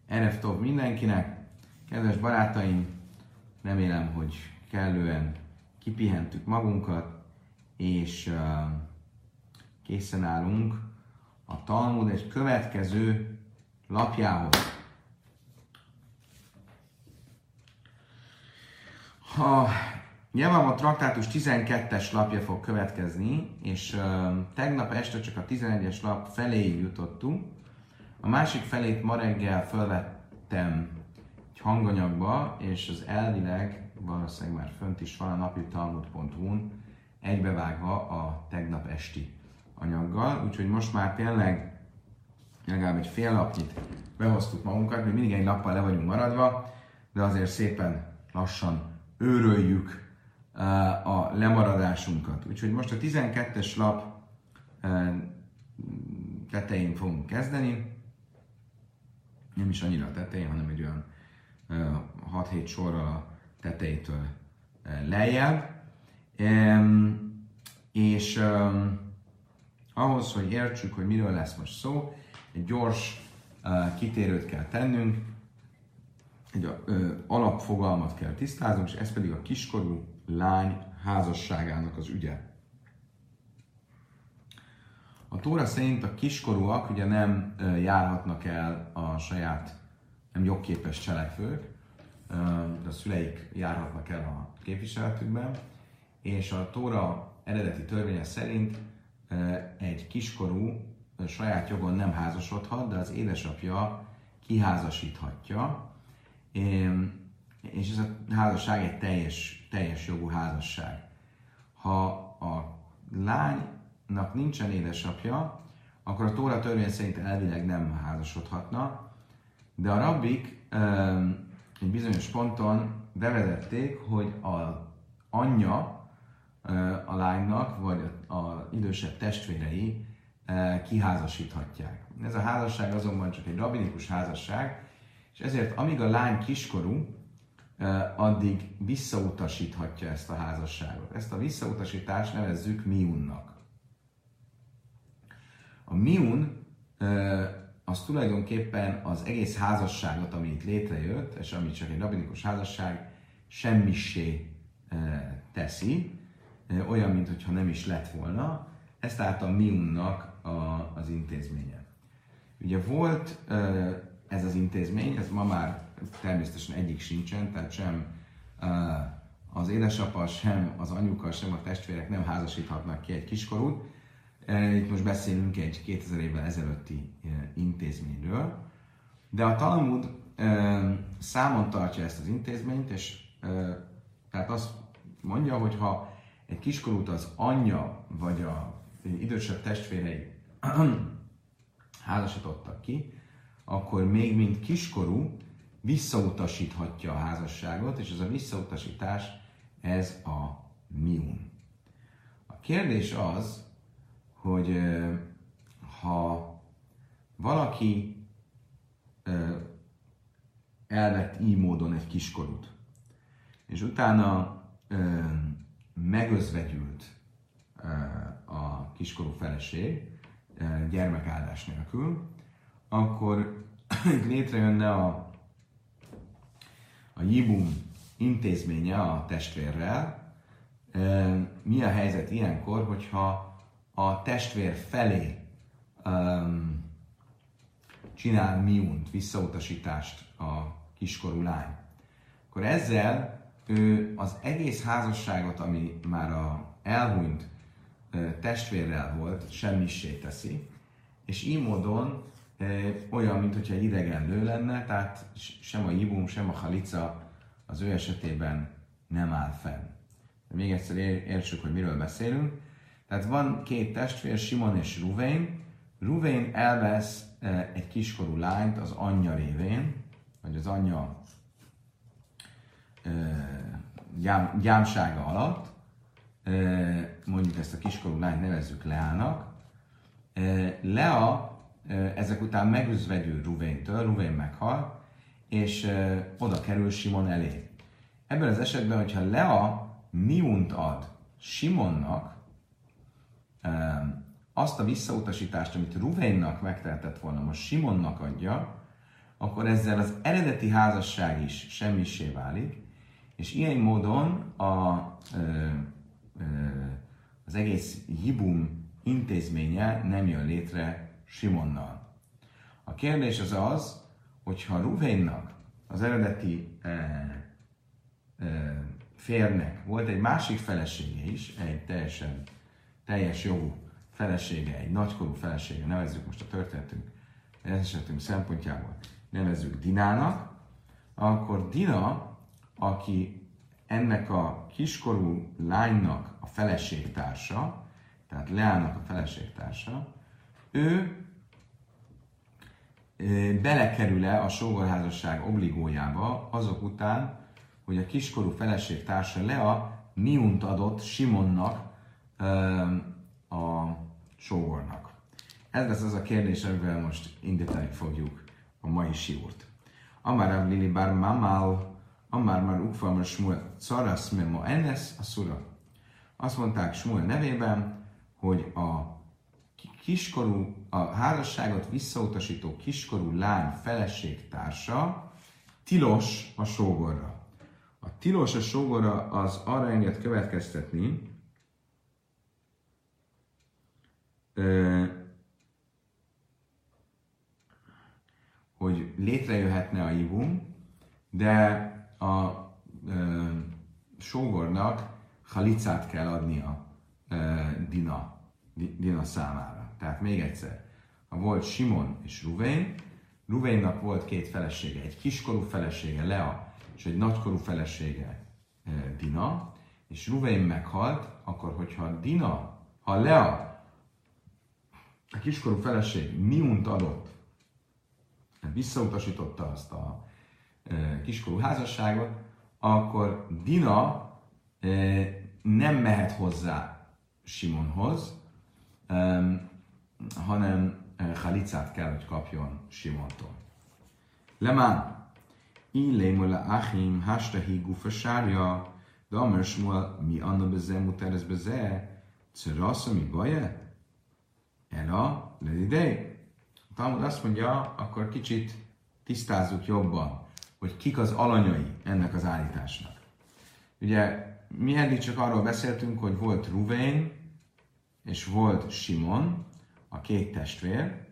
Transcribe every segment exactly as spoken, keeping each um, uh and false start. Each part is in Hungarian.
Erev Tov mindenkinek. Kedves barátaim, remélem, hogy kellően kipihentük magunkat, és uh, készen állunk a Talmud egy következő lapjához. Ha Jevamot traktátus tizenkettes lapja fog következni, és uh, tegnap este csak a tizenegyes lap feléig jutottunk. A másik felét ma reggel felvettem egy hanganyagba, és az elvileg valószínűleg már fönt is van a napitalmud pont hu-n egybevágva a tegnap esti anyaggal, úgyhogy most már tényleg legalább egy fél lapnyit behoztuk magunkat, még mindig egy nappal le vagyunk maradva, de azért szépen lassan őröljük uh, a lemaradásunkat. Úgyhogy most a tizenkettes lap uh, tetején fogunk kezdeni, nem is annyira a tetején, hanem egy olyan uh, hat-hét sorral a tetejétől uh, lejjebb. Um, és um, ahhoz, hogy értsük, hogy miről lesz most szó, egy gyors uh, kitérőt kell tennünk, egy uh, alapfogalmat kell tisztáznunk, és ez pedig a kiskorú lány házasságának az ügye. A Tóra szerint a kiskorúak ugye nem uh, járhatnak el a saját, nem jogképes cselekvők, uh, de a szüleik járhatnak el a képviseletükben, és a Tóra eredeti törvénye szerint uh, egy kiskorú uh, saját jogon nem házasodhat, de az édesapja kiházasíthatja, um, és ez a házasság egy teljes, teljes jogú házasság. Ha a lánynak nincsen édesapja, akkor a Tóra törvény szerint elvileg nem házasodhatna, de a rabbik um, egy bizonyos ponton bevezették, hogy az anyja uh, a lánynak, vagy az idősebb testvérei uh, kiházasíthatják. Ez a házasság azonban csak egy rabbinikus házasság, és ezért amíg a lány kiskorú, uh, addig visszautasíthatja ezt a házasságot. Ezt a visszautasítást nevezzük miunnak. A miun uh, az tulajdonképpen az egész házasságot, ami itt létrejött, és ami csak egy rabbinikus házasság, semmissé uh, teszi, uh, olyan, mintha nem is lett volna. Ez tehát a miunnak a, az intézménye. Ugye volt uh, ez az intézmény, ez ma már természetesen egyik sincsen, tehát sem uh, az édesapa, sem az anyuka, sem a testvérek nem házasíthatnak ki egy kiskorút. Itt most beszélünk egy kétezer évvel ezelőtti intézményről, de a Talmud számon tartja ezt az intézményt, és tehát azt mondja, hogy ha egy kiskorút az anyja vagy a idősebb testvérei házasítottak ki, akkor még mint kiskorú visszautasíthatja a házasságot, és ez a visszautasítás, ez a miun. A kérdés az, hogy ha valaki elvett így módon egy kiskorút, és utána megözvegyült a kiskorú feleség gyermekáldás nélkül, akkor létrejönne a, a jibum intézménye a testvérrel. Mi a helyzet ilyenkor, hogyha a testvér felé um, csinál miunt, visszautasítást a kiskorú lány, akkor ezzel ő az egész házasságot, ami már a elhunyt uh, testvérrel volt, semmissé teszi, és így módon uh, olyan, mintha egy idegen nő lenne, tehát sem a jibum, sem a halica az ő esetében nem áll fenn. De még egyszer értsük, hogy miről beszélünk. Tehát van két testvér, Simon és Ruvén. Ruvén elvesz egy kiskorú lányt az anyja révén, vagy az anyja gyám, gyámsága alatt. Mondjuk ezt a kiskorú lányt nevezzük Leának. Lea ezek után megözvegyül Ruvéntől, Ruvén meghal, és oda kerül Simon elé. Ebben az esetben, hogyha Lea miunt ad Simonnak, azt a visszautasítást, amit Ruvénnak megtehetett volna, most Simonnak adja, akkor ezzel az eredeti házasság is semmissé válik, és ilyen módon a, ö, ö, az egész Jibum intézménye nem jön létre Simonnal. A kérdés az az, hogyha Ruvénnak, az eredeti ö, ö, férnek volt egy másik felesége is, egy teljesen teljes jogú felesége, egy nagykorú felesége, nevezzük most a történetünk, esetünk szempontjából, nevezzük Dinának, akkor Dina, aki ennek a kiskorú lánynak a feleségtársa, tehát Leának a feleségtársa, ő belekerül-e a sógorházasság obligójába azok után, hogy a kiskorú feleségtársa Lea miunt adott Simonnak, a sógornak. Ez lesz az a kérdés, amivel most indítani fogjuk a mai siúrt. Amár Rav Lili bar Mamal, Amár már Ukfalmar Smuel, Carasz Memo Enes, a Szura. Azt mondták Smuel nevében, hogy a kiskorú, a házasságot visszautasító kiskorú lány feleségtársa tilos a sógorra. A tilos a sógorra az arra enged következtetni, hogy létrejöhetne a Jibum, de a ö, sógornak halicát kell adnia ö, Dina, Dina számára. Tehát még egyszer, ha volt Simon és Ruvén, Ruvénnak volt két felesége, egy kiskorú felesége Lea, és egy nagykorú felesége ö, Dina, és Ruvén meghalt, akkor hogyha Dina, ha Lea, a kiskorú feleség miunt adott, visszautasította azt a e, kiskorú házasságot, akkor Dina e, nem mehet hozzá Simonhoz, e, hanem e, halicát kell, hogy kapjon Simontól. Lemán, illémula achim hastahi gufasárja, de amar Smuel mi anna beze muteres beze, cerasza mi baje? Ela, ledidei. A Talmud azt mondja, akkor kicsit tisztázzuk jobban, hogy kik az alanyai ennek az állításnak. Ugye mi eddig csak arról beszéltünk, hogy volt Ruvén és volt Simon, a két testvér,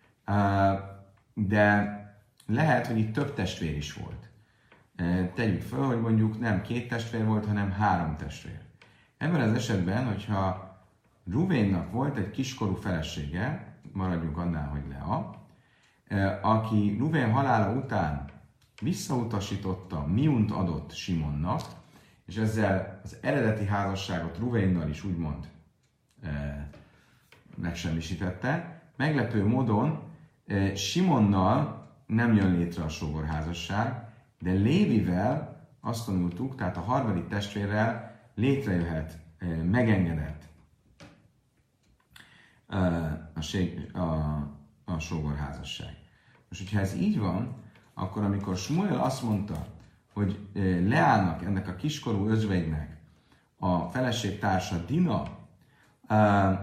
de lehet, hogy itt több testvér is volt. Tegyük fel, hogy mondjuk nem két testvér volt, hanem három testvér. Ebben az esetben, hogyha Ruvénnak volt egy kiskorú felesége, maradjunk annál, hogy Lea, aki Ruvén halála után visszautasította, miunt adott Simonnak, és ezzel az eredeti házasságot Ruvénnal is úgymond e, megsemmisítette. Meglepő módon e, Simonnal nem jön létre a sógorházasság, de Lévivel azt tanultuk, tehát a harmadik testvérrel létrejöhet, e, megengedett a, a, a sógorházasság. Most, hogyha ez így van, akkor amikor Smuel azt mondta, hogy Leának, ennek a kiskorú özvegynek a feleségtársa Dina uh,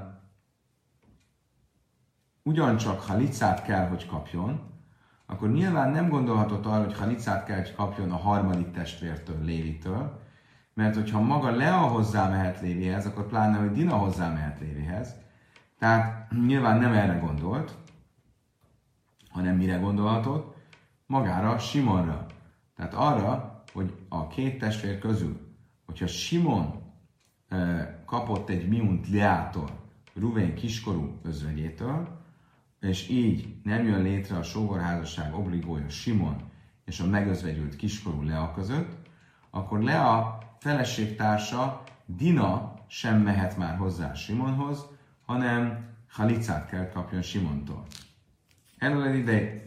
ugyancsak halicát kell, hogy kapjon, akkor nyilván nem gondolhatott arra, hogy halicát kell, hogy kapjon a harmadik testvértől, Lévitől, mert hogyha maga Lea hozzá mehet Lévihez, akkor pláne, hogy Dina hozzá mehet Lévihez. Tehát nyilván nem erre gondolt, hanem mire gondolhatott? Magára, Simonra. Tehát arra, hogy a két testvér közül, hogyha Simon e, kapott egy miunt Leától, Ruvén kiskorú özvegyétől, és így nem jön létre a sógorházasság obligója Simon és a megözvegyült kiskorú Lea között, akkor Lea feleségtársa Dina sem mehet már hozzá Simonhoz, hanem halicát kell kapjon Simontól. Előleg ide.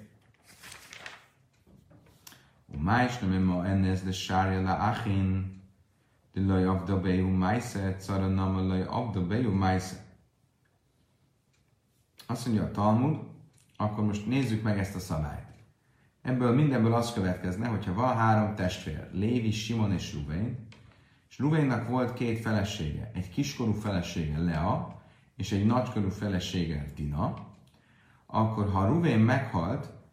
Májs nem ma ennez de sárja la achin, de laj abda bejú májsze, cara nama laj abda bejú májsze. Azt mondja a Talmud, akkor most nézzük meg ezt a szabályt. Ebből mindenből az következne, hogyha van három testvér, Lévi, Simon és Ruvén, és Ruvénnak volt két felesége, egy kiskorú felesége Lea, és egy nagykorú felesége Dina, akkor ha Ruvén meghalt,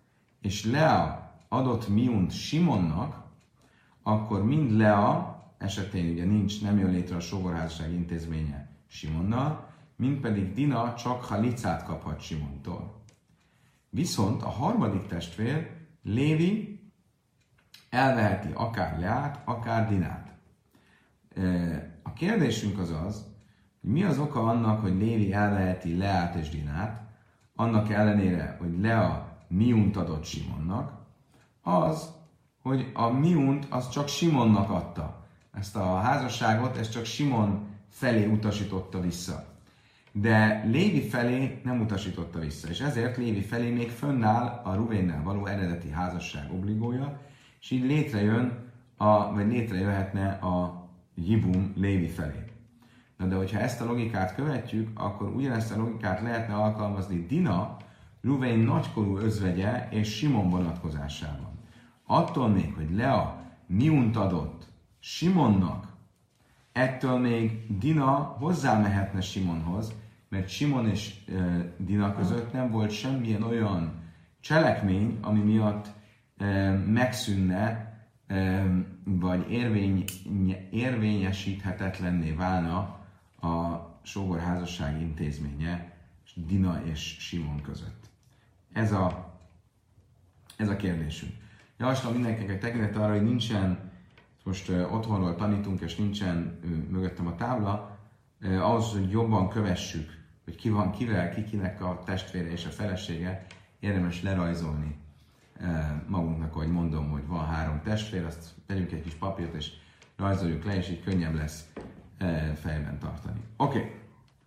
és Lea adott miunt Simonnak, akkor mind Lea esetén ugye nincs, nem jön létre a sógorházasság intézménye Simonnal, mind pedig Dina csak halicát kaphat Simontól. Viszont a harmadik testvér, Lévi, elveheti akár Leát, akár Dinát. A kérdésünk az az, hogy mi az oka annak, hogy Lévi elveheti Leát és Dinát, annak ellenére, hogy Lea miunt adott Simonnak, az, hogy a miunt az csak Simonnak adta. Ezt a házasságot, ezt csak Simon felé utasította vissza. De Lévi felé nem utasította vissza, és ezért Lévi felé még fönnáll a Ruvénnel való eredeti házasság obligója, és így létrejön, a, vagy létrejöhetne a Jibum Lévi felé. Na de hogyha ezt a logikát követjük, akkor ugyanezt a logikát lehetne alkalmazni Dina, Ruvén nagykorú özvegye és Simon vonatkozásában. Attól még, hogy Lea miunt adott Simonnak, ettől még Dina hozzámehetne Simonhoz, mert Simon és e, Dina között nem volt semmilyen olyan cselekmény, ami miatt e, megszűnne, e, vagy érvény, érvényesíthetetlenné válna a sógorházasság intézménye Dina és Simon között. Ez a, ez a kérdésünk. Javaslom mindenkinek tekintet arra, hogy nincsen, most uh, otthonról tanítunk, és nincsen uh, mögöttem a tábla, uh, ahhoz, hogy jobban kövessük, hogy ki van kivel, ki kinek a testvére és a felesége, érdemes lerajzolni uh, magunknak, ahogy mondom, hogy van három testvér, azt tegyünk egy kis papírt, és rajzoljuk le, és így könnyebb lesz uh, fejben tartani. Oké. Okay.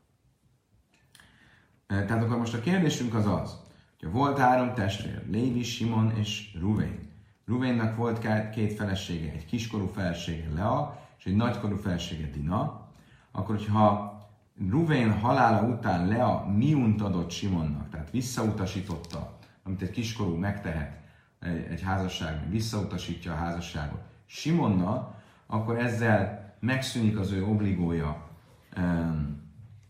Uh, tehát akkor most a kérdésünk az az, hogy volt három testvér, Lévi, Simon és Ruvén. Ruvénnak volt két felesége, egy kiskorú felesége Lea, és egy nagykorú felesége Dina, akkor hogyha Ruvén halála után Lea miunt adott Simonnak, tehát visszautasította, amit egy kiskorú megtehet egy, egy házasságban, visszautasítja a házasságot Simonnal, akkor ezzel megszűnik az ő obligója um,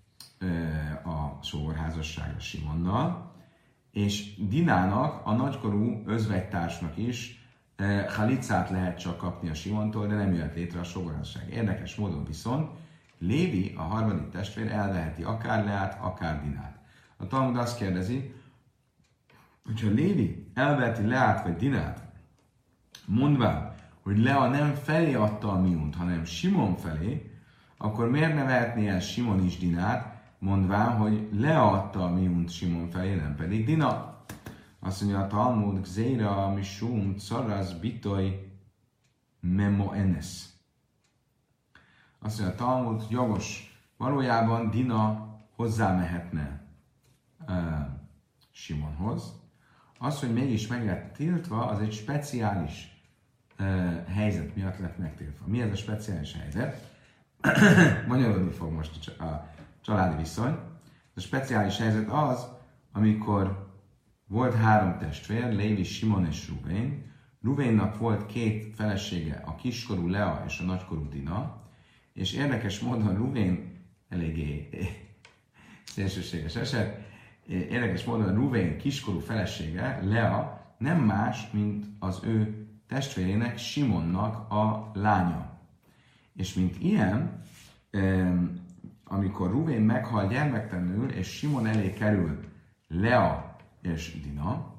a sógorházasságra Simonnal, és Dinának, a nagykorú özvegytársnak is halicát lehet csak kapni a Simontól, de nem jöhet létre a sógorházasság. Érdekes módon viszont Lévi, a harmadik testvér, elveheti akár Leát, akár Dinát. A Talmud azt kérdezi, hogyha Lévi elveheti Leát vagy Dinát, mondván, hogy Lea nem felé adta a miunt, hanem Simon felé, akkor miért ne vehetné el Simon is Dinát, mondván, hogy Lea adta a miunt Simon felé, nem pedig Dina. Azt mondja a Talmud, Gzeira, Mishum, Caraz, Bitoj, Memo Enes. Azt mondja a Talmud, jogos, valójában Dina hozzámehetne uh, Simonhoz. Az, hogy mégis meg lett tiltva, az egy speciális uh, helyzet miatt lett megtiltva. Mi ez a speciális helyzet? Magyarodni fog most a családi viszony. A speciális helyzet az, amikor volt három testvér, Lévi, Simon és Ruvén. Ruvénnak volt két felesége, a kiskorú Lea és a nagykorú Dina, és érdekes módon Ruvén eléggé szélsőséges eset, érdekes módon Ruvén kiskorú felesége, Lea nem más, mint az ő testvérének, Simonnak a lánya. És mint ilyen, amikor Ruvén meghal gyermektelenül, és Simon elé kerül Lea és Dina,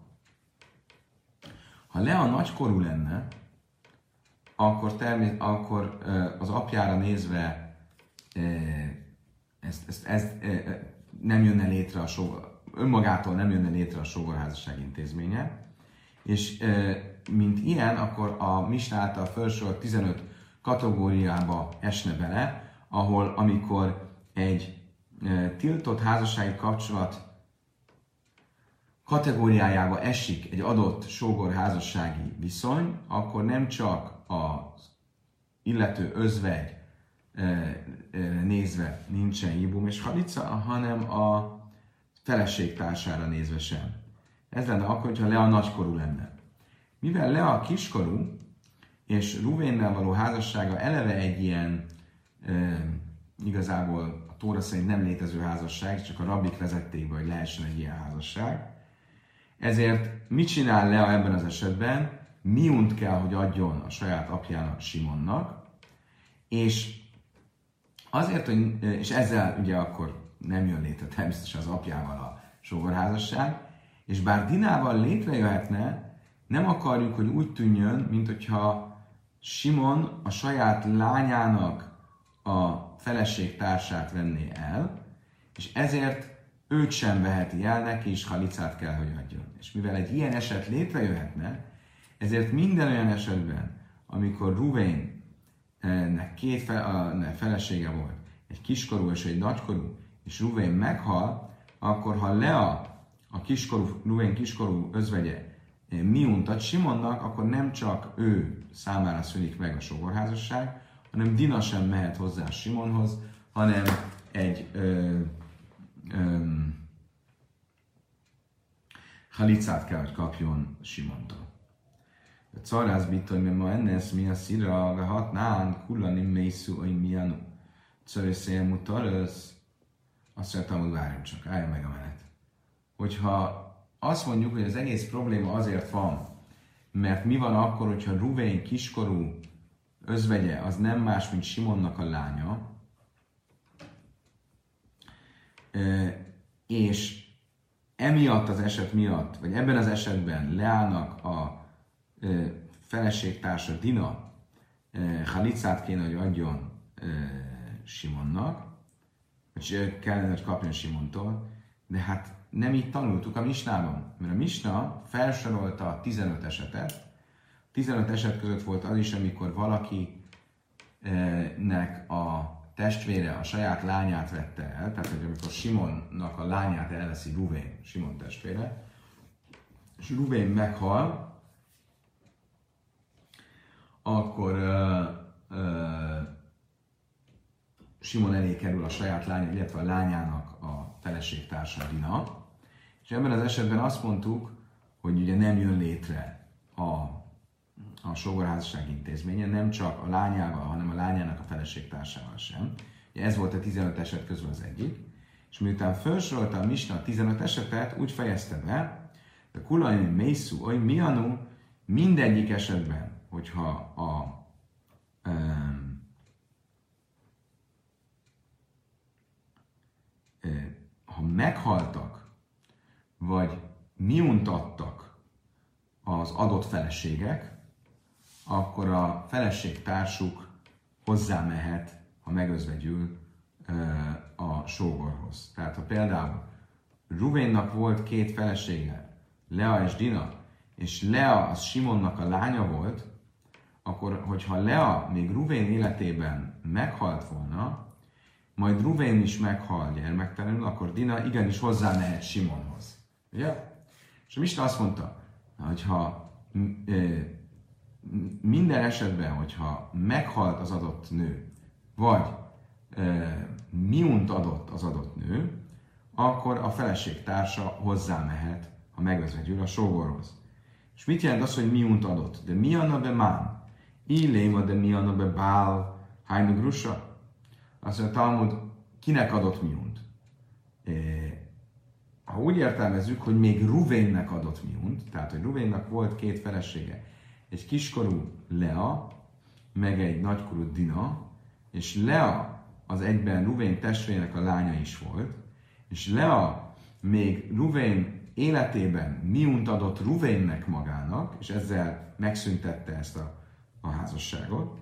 ha Lea nagykorú lenne, akkor, termé- akkor az apjára nézve ezt, ezt, ezt, nem jönne létre a sógor, önmagától nem jönne létre a sógorházasság intézménye, és mint ilyen, akkor a Misna által felsorolt tizenöt kategóriába esne bele, ahol amikor egy tiltott házassági kapcsolat kategóriájába esik egy adott sógorházassági viszony, akkor nem csak az illető özvegy nézve nincsen jibum és halica, hanem a feleségtársára nézve sem. Ez lenne akkor, hogyha Lea nagykorú lenne. Mivel Lea kiskorú, és Ruvénnel való házassága eleve egy ilyen e, igazából a Tóra szerint nem létező házasság, csak a rabbik vezették be, hogy lehessen egy ilyen házasság. Ezért mit csinál Lea ebben az esetben? Miunt kell, hogy adjon a saját apjának, Simonnak, és azért, hogy, és ezzel ugye akkor nem jön létre természetesen az apjával a sógorházasság, és bár Dinával létrejöhetne, nem akarjuk, hogy úgy tűnjön, mint hogyha Simon a saját lányának a feleségtársát venné el, és ezért őt sem veheti el, neki is halicát kell, hogy adjon. És mivel egy ilyen eset létrejöhetne, ezért minden olyan esetben, amikor Ruvénnek két fe, a, felesége volt, egy kiskorú és egy nagykorú, és Ruvén meghal, akkor ha Lea, a kiskorú, Ruvén kiskorú özvegye miunt ad Simonnak, akkor nem csak ő számára szűnik meg a sógorházasság, hanem Dina sem mehet hozzá Simonhoz, hanem egy ö, ö, halicát kell, hogy kapjon Simontól. A carász bittől, hogy ma ennél mi a szira, ve hatnán, kullani mészú, hogy mianu. Czörészél mutaröz, azt mondtam, hogy várjunk csak, álljon meg a menet. Hogyha azt mondjuk, hogy az egész probléma azért van, mert mi van akkor, hogyha Ruvén kiskorú özvegye az nem más, mint Simonnak a lánya, és emiatt az eset miatt, vagy ebben az esetben Leának a feleségtársa Dina halicát kéne, hogy adjon Simonnak, vagy kellene, hogy kapjon Simontól, de hát nem így tanultuk a Misnában, mert a Misna felsorolta a tizenöt esetet. tizenöt eset között volt az is, amikor valakinek a testvére a saját lányát vette el, tehát hogy amikor Simonnak a lányát elveszi Ruvén, Simon testvére, és Ruvén meghal, akkor uh, uh, Simon elé kerül a saját lánya, illetve a lányának a feleségtársa Dina, és ebben az esetben azt mondtuk, hogy ugye nem jön létre a, a sógorházasság intézménye, nem csak a lányával, hanem a lányának a feleségtársával sem. Ugye ez volt a tizenöt eset közül az egyik, és miután felsorolta a Misna a tizenöt esetet, úgy fejezte be, hogy kulajni mészú, oly mianu, mindegyik esetben, hogyha a um, ha meghaltak, vagy miunt adtak az adott feleségek, akkor a feleségtársuk hozzámehet, ha megözvegyül a sógorhoz. Tehát ha például Ruvénnak volt két felesége, Lea és Dina, és Lea az Simonnak a lánya volt, akkor hogyha Lea még Ruvén életében meghalt volna, majd Ruvén is meghal gyermektelenül, akkor Dina igenis hozzámehet Simonhoz. Ugye? És a Misna azt mondta, hogy ha minden esetben, hogyha meghalt az adott nő, vagy e, miunt adott az adott nő, akkor a feleségtársa hozzámehet, ha megözvegyül a sógorhoz. És mit jelent az, hogy miunt adott? De mi anna be mán? Illéma de mi anna be bál hájnu grusa? Azt mondja, Talmud, kinek adott miunt? E, ha úgy értelmezzük, hogy még Ruvénnek adott miunt, tehát, hogy Ruvénnak volt két felesége, egy kiskorú Lea, meg egy nagykorú Dina, és Lea az egyben Ruvén testvérének a lánya is volt, és Lea még Ruvén életében miunt adott Ruvénnek magának, és ezzel megszüntette ezt a, a házasságot.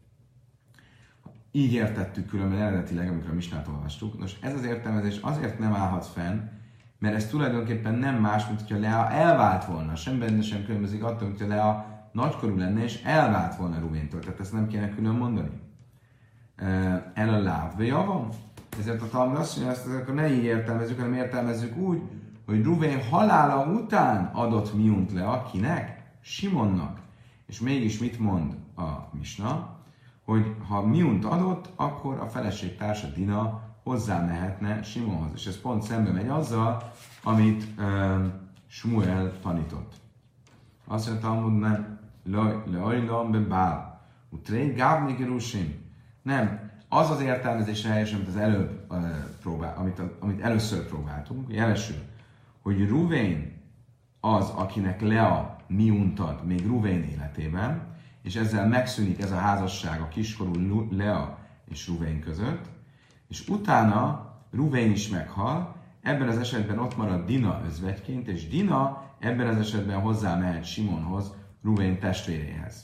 Így értettük különben eredetileg, amikor a Misnát olvastuk. Nos, ez az értelmezés azért nem állhat fenn, mert ez tulajdonképpen nem más, mint hogyha Lea elvált volna. Sem benne sem különbözik attól, hogyha Lea nagykorú lenne, és elvált volna Ruvéntől. Tehát ezt nem kéne külön mondani. El a láv, vagy javam? Ezért a Talmud azt mondja, ezt akkor ne így értelmezzük, hanem értelmezzük úgy, hogy Ruvén halála után adott miunt Lea kinek? Simonnak. És mégis mit mond a Misna? Hogy ha miunt adott, akkor a feleségtársa Dina hozzámehetne Simonhoz. És ez pont szembe megy azzal, amit um, Smuel tanított. Azt mondta, Talmud nem, leajlam be bál, utré gávni gerusim. Nem, az az értelmezésre helyes, amit az előbb uh, próbál, amit, amit először próbáltunk, jelesül, hogy Ruvén az, akinek Lea miunt ad még Ruvén életében, és ezzel megszűnik ez a házasság a kiskorú Lea és Ruvén között, és utána Ruvén is meghal, ebben az esetben ott marad Dina özvegyként, és Dina ebben az esetben hozzá mehet Simonhoz, Ruvén testvéréhez.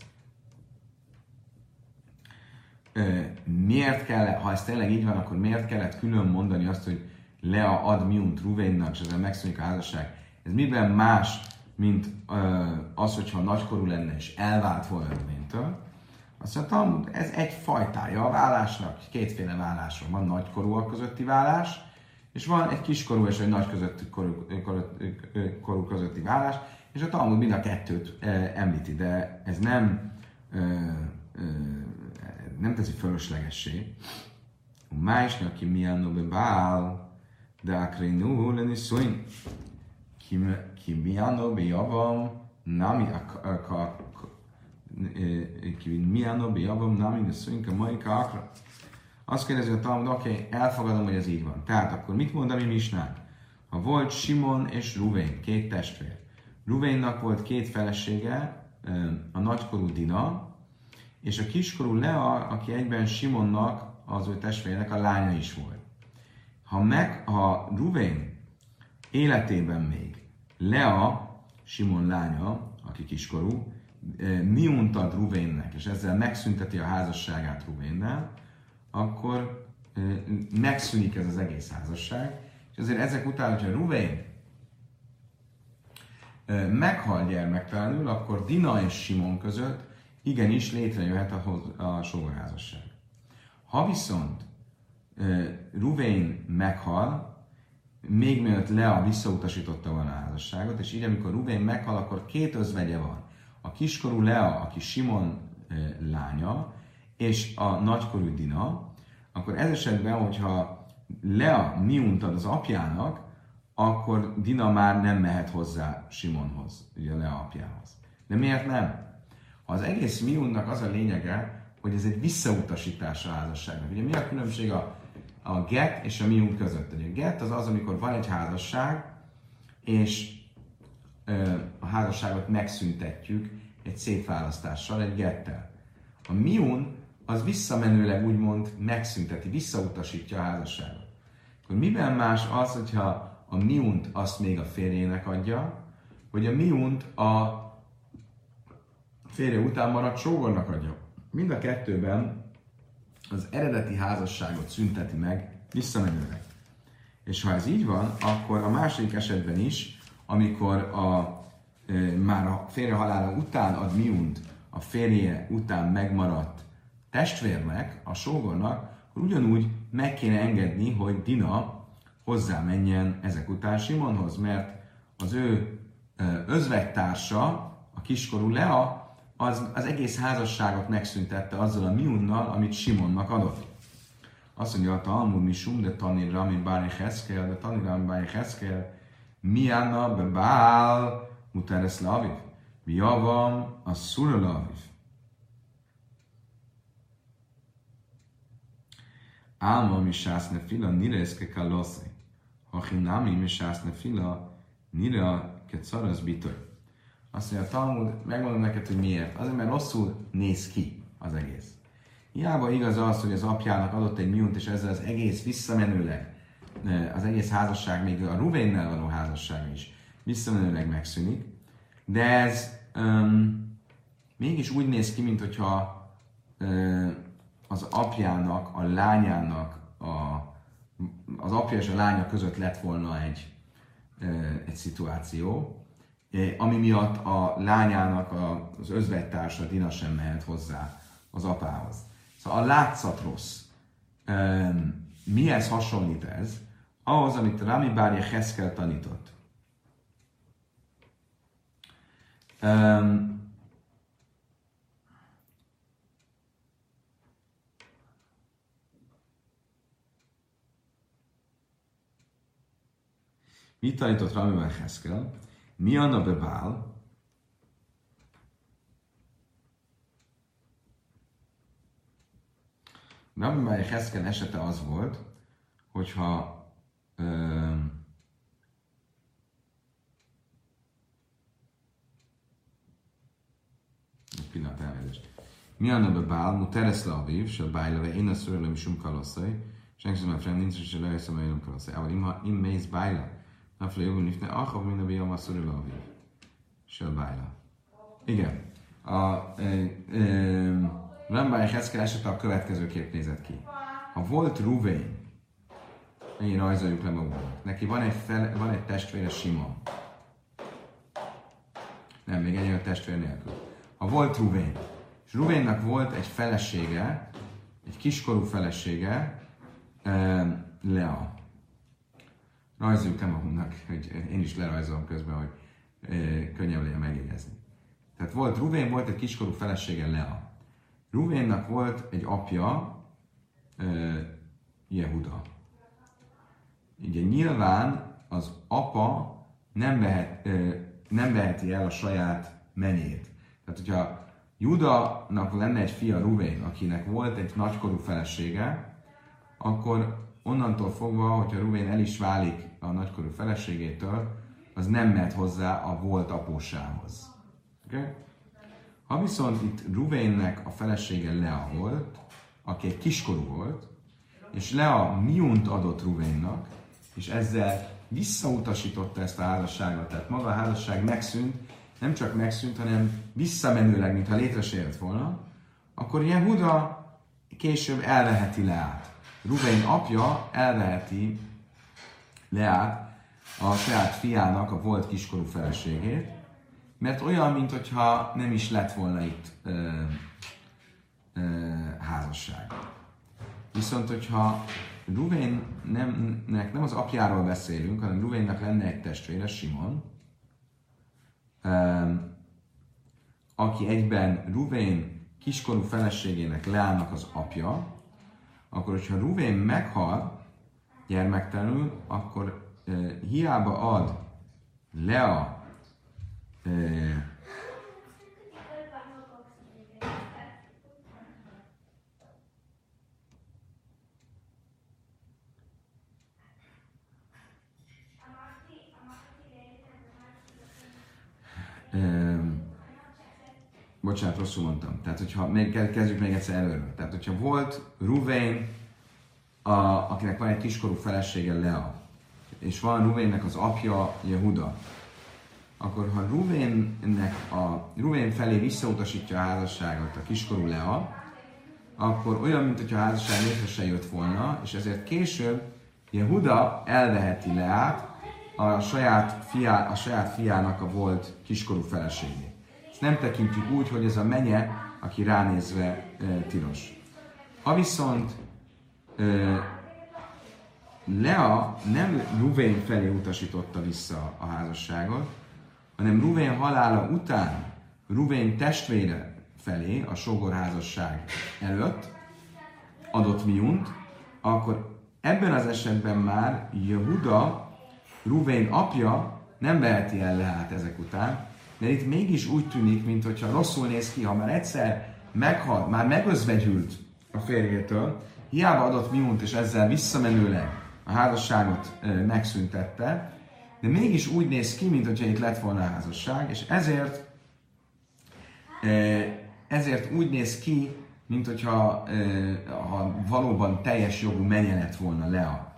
Miért kell, ha ez tényleg így van, akkor miért kellett külön mondani azt, hogy Lea ad miunt Ruvénnak, és ezzel megszűnik a házasság? Ez miben más, mint az, hogyha nagykorú lenne és elvált volna Ruvéntől? Azt mondtam, ez egy fajtája a vállásnak, kétféle válás van. Van nagykorúak közötti vállás, és van egy kiskorú és egy nagy közötti korú, korú, korú közötti vállás, és a Talmud mind a kettőt e, említi, de ez nem, e, e, nem teszi fölöslegessé. Másnak ki milyen be bál, de akrénú lenni szújn. Ki milyen be javam, nami a ki milyen be javam, nami de szújn ka mai kakra. Azt kérdezi a Talmud, oké, okay, elfogadom, hogy ez így van. Tehát akkor mit mond a mi misnánk? Ha volt Simon és Ruvén, két testvér. Ruvénnak volt két felesége, a nagykorú Dina, és a kiskorú Lea, aki egyben Simonnak, az ő testvérének a lánya is volt. Ha, meg, ha Ruvén életében még Lea, Simon lánya, aki kiskorú, miunt ad Ruvénnek, és ezzel megszünteti a házasságát Ruvénnel, akkor megszűnik ez az egész házasság, és azért ezek után, hogyha Ruvén meghal gyermektelenül, akkor Dina és Simon között igenis létrejöhet a, a sógorházasság. Ha viszont Ruvén meghal, még mielőtt Lea visszautasította volna a házasságot, és így amikor Ruvén meghal, akkor két özvegye van. A kiskorú Lea, aki Simon lánya, és a nagykorú Dina, akkor ez esetben, hogyha Lea miunt ad az apjának, akkor Dina már nem mehet hozzá Simonhoz, ugye a Lea apjához. De miért nem? Ha az egész miuntnak az a lényege, hogy ez egy visszautasítás a házasságnak. Ugye mi a különbség a, a get és a miunt között? Ugye a get az az, amikor van egy házasság, és ö, a házasságot megszüntetjük egy szép választással, egy gettel. A miun az visszamenőleg úgymond megszünteti, visszautasítja a házasságot. Akkor miben más az, hogyha a miunt azt még a férjének adja, hogy a miunt a férje után maradt sógornak adja. Mind a kettőben az eredeti házasságot szünteti meg visszamenőleg. És ha ez így van, akkor a második esetben is, amikor a, e, már a férje halála után ad miunt a férje után megmaradt testvérnek, a sógornak, akkor ugyanúgy meg kéne engedni, hogy Dina hozzá menjen ezek után Simonhoz, mert az ő özvegytársa, a kiskorú Lea, az, az egész házasságot megszüntette azzal a miunnal, amit Simonnak adott. Azt mondja a Talmud, mi sum, de tanir rami bári heszkel, de tanir rami bári heszkel, miána be bál, muteres laviv, mi javam, a szura laviv. Álma mi sászne fila, nire eszke kaloszi. Ha hinami mi sászne fila, nire kecarasz bitoj. Azt mondja a Talmud, megmondom neked, hogy miért. Azért, mert rosszul néz ki az egész. Hiába igaz az, hogy az apjának adott egy miunt, és ezzel az egész visszamenőleg, az egész házasság, még a Ruvénnel való házasság is visszamenőleg megszűnik, de ez um, mégis úgy néz ki, mint hogyha um, az apjának, a lányának, a, az apja és a lánya között lett volna egy, egy szituáció, ami miatt a lányának az özvegytársa Dina sem mehet hozzá az apához. Szóval a látszat rossz. Mihez hasonlít ez? Ahhoz, amit Rami Bárje Heszkel tanított. Mit tanított Rami Bárje Heszkel? Mi anna bebál? Rami Bárje Heszkel esete az volt, hogyha ö, pillanat elnézést. Mi annak a bál, muteres le aviv, se bájleve, én a szörölöm sum kalosszai, senki sem a frem nincs, és le eszem a jön kalosszai. Ával im mész bájla, nafle jogon nifne, achav mind a biam a szöröl aviv, se bájla. Igen. A Rambály Hecke esete a következő kép nézett ki. Ha volt Ruvén, ennyi rajzoljuk le magunknak, neki van egy, fel, van egy testvére Simon. Nem, még ennyi a testvér nélkül. Ha volt Ruvén, és Ruvénnak volt egy felesége, egy kiskorú felesége, Lea. Rajzoljuk le magunknak, hogy én is lerajzolom közben, hogy könnyebb legyen megjegyezni. Tehát volt Ruvén, volt egy kiskorú felesége, Lea. Ruvénnak volt egy apja, uh, Jehuda. Ugye nyilván az apa nem, vehet, uh, nem veheti el a saját menét. Tehát, hogyha Judanak lenne egy fia, Ruvén, akinek volt egy nagykorú felesége, akkor onnantól fogva, hogyha Ruvén el is válik a nagykorú feleségétől, az nem mehet hozzá a volt apósához. Okay? Ha viszont itt Ruvénnek a felesége Lea volt, aki egy kiskorú volt, és Lea miunt adott Ruvénnak, és ezzel visszautasította ezt a házasságot, tehát maga a házasság megszűnt, nem csak megszűnt, hanem visszamenőleg, mintha létre se jött volna, akkor Jehuda később elveheti Leát. Ruvén apja elveheti Leát, a saját fiának a volt kiskorú feleségét, mert olyan, mintha nem is lett volna itt ö, ö, házasság. Viszont, hogyha Ruvénnek nem az apjáról beszélünk, hanem Ruvénnek lenne egy testvére, Simon, ö, aki egyben Ruvén kiskorú feleségének, Leának az apja, akkor, hogyha Ruvén meghal gyermektelenül, akkor ö, hiába ad Lea Uh, um, bocsánat, rosszul mondtam. Tehát, hogyha még kezdjük még egyszer előről. Tehát, hogyha volt Ruvén, a, akinek van egy kiskorú felesége, Lea, és van Ruvénnek az apja, Jehuda, akkor ha Ruvénnek a Ruvén felé visszautasítja a házasságot a kiskorú Lea, akkor olyan, mintha a házasság létre se jött volna, és ezért később Jehuda elveheti Leát a saját, fiá, a saját fiának a volt kiskorú feleségét. Ezt nem tekintjük úgy, hogy ez a menye, aki ránézve e, tilos. Ha viszont e, Lea nem Ruvén felé utasította vissza a házasságot, hanem Ruvén halála után Ruvén testvére felé, a sógorházasság előtt adott miunt, akkor ebben az esetben már Jehuda, Ruvén apja nem veheti el Leát ezek után, mert itt mégis úgy tűnik, mintha rosszul néz ki, ha már egyszer meghalt, már megözvegyült a férjétől, hiába adott miunt, és ezzel visszamenőleg a házasságot e, megszüntette, de mégis úgy néz ki, mintha itt lett volna a házasság, és ezért, ezért úgy néz ki, mintha ha valóban teljes jogú menye lett volna Lea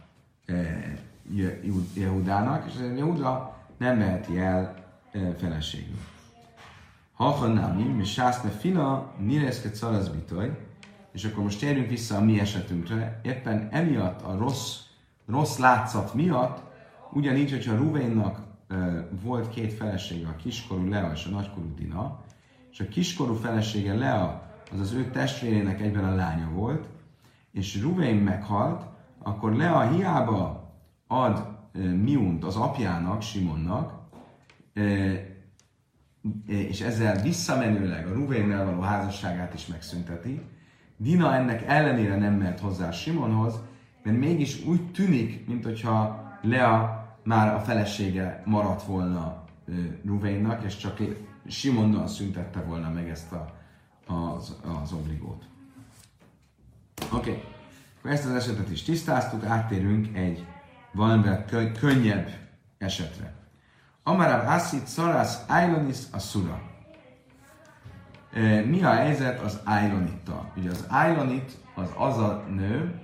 Jehudának, és ezért Jehuda nem veheti el feleségül. Hachannami, mi sászne fina, nireszke carazbitoj, és akkor most térjünk vissza a mi esetünkre, éppen emiatt a rossz, rossz látszat miatt, ugyanígy, hogyha Ruvénnak uh, volt két felesége, a kiskorú Lea és a nagykorú Dina, és a kiskorú felesége Lea az az ő testvérének egyben a lánya volt, és Ruvén meghalt, akkor Lea hiába ad uh, miunt az apjának, Simonnak, uh, és ezzel visszamenőleg a Ruvénnel való házasságát is megszünteti. Dina ennek ellenére nem mehet hozzá Simonhoz, mert mégis úgy tűnik, mintha Lea már a felesége maradt volna uh, Ruvénnak, és csak Simonnal szüntette volna meg ezt a, az, az obligót. Oké, okay. Akkor ezt az esetet is tisztáztuk, áttérünk egy valamivel kö- könnyebb esetre. Amarav Hasid Szarász Ailonis Asura. Mi a helyzet az Ailonittal? Ugye az Ailonit az az a nő,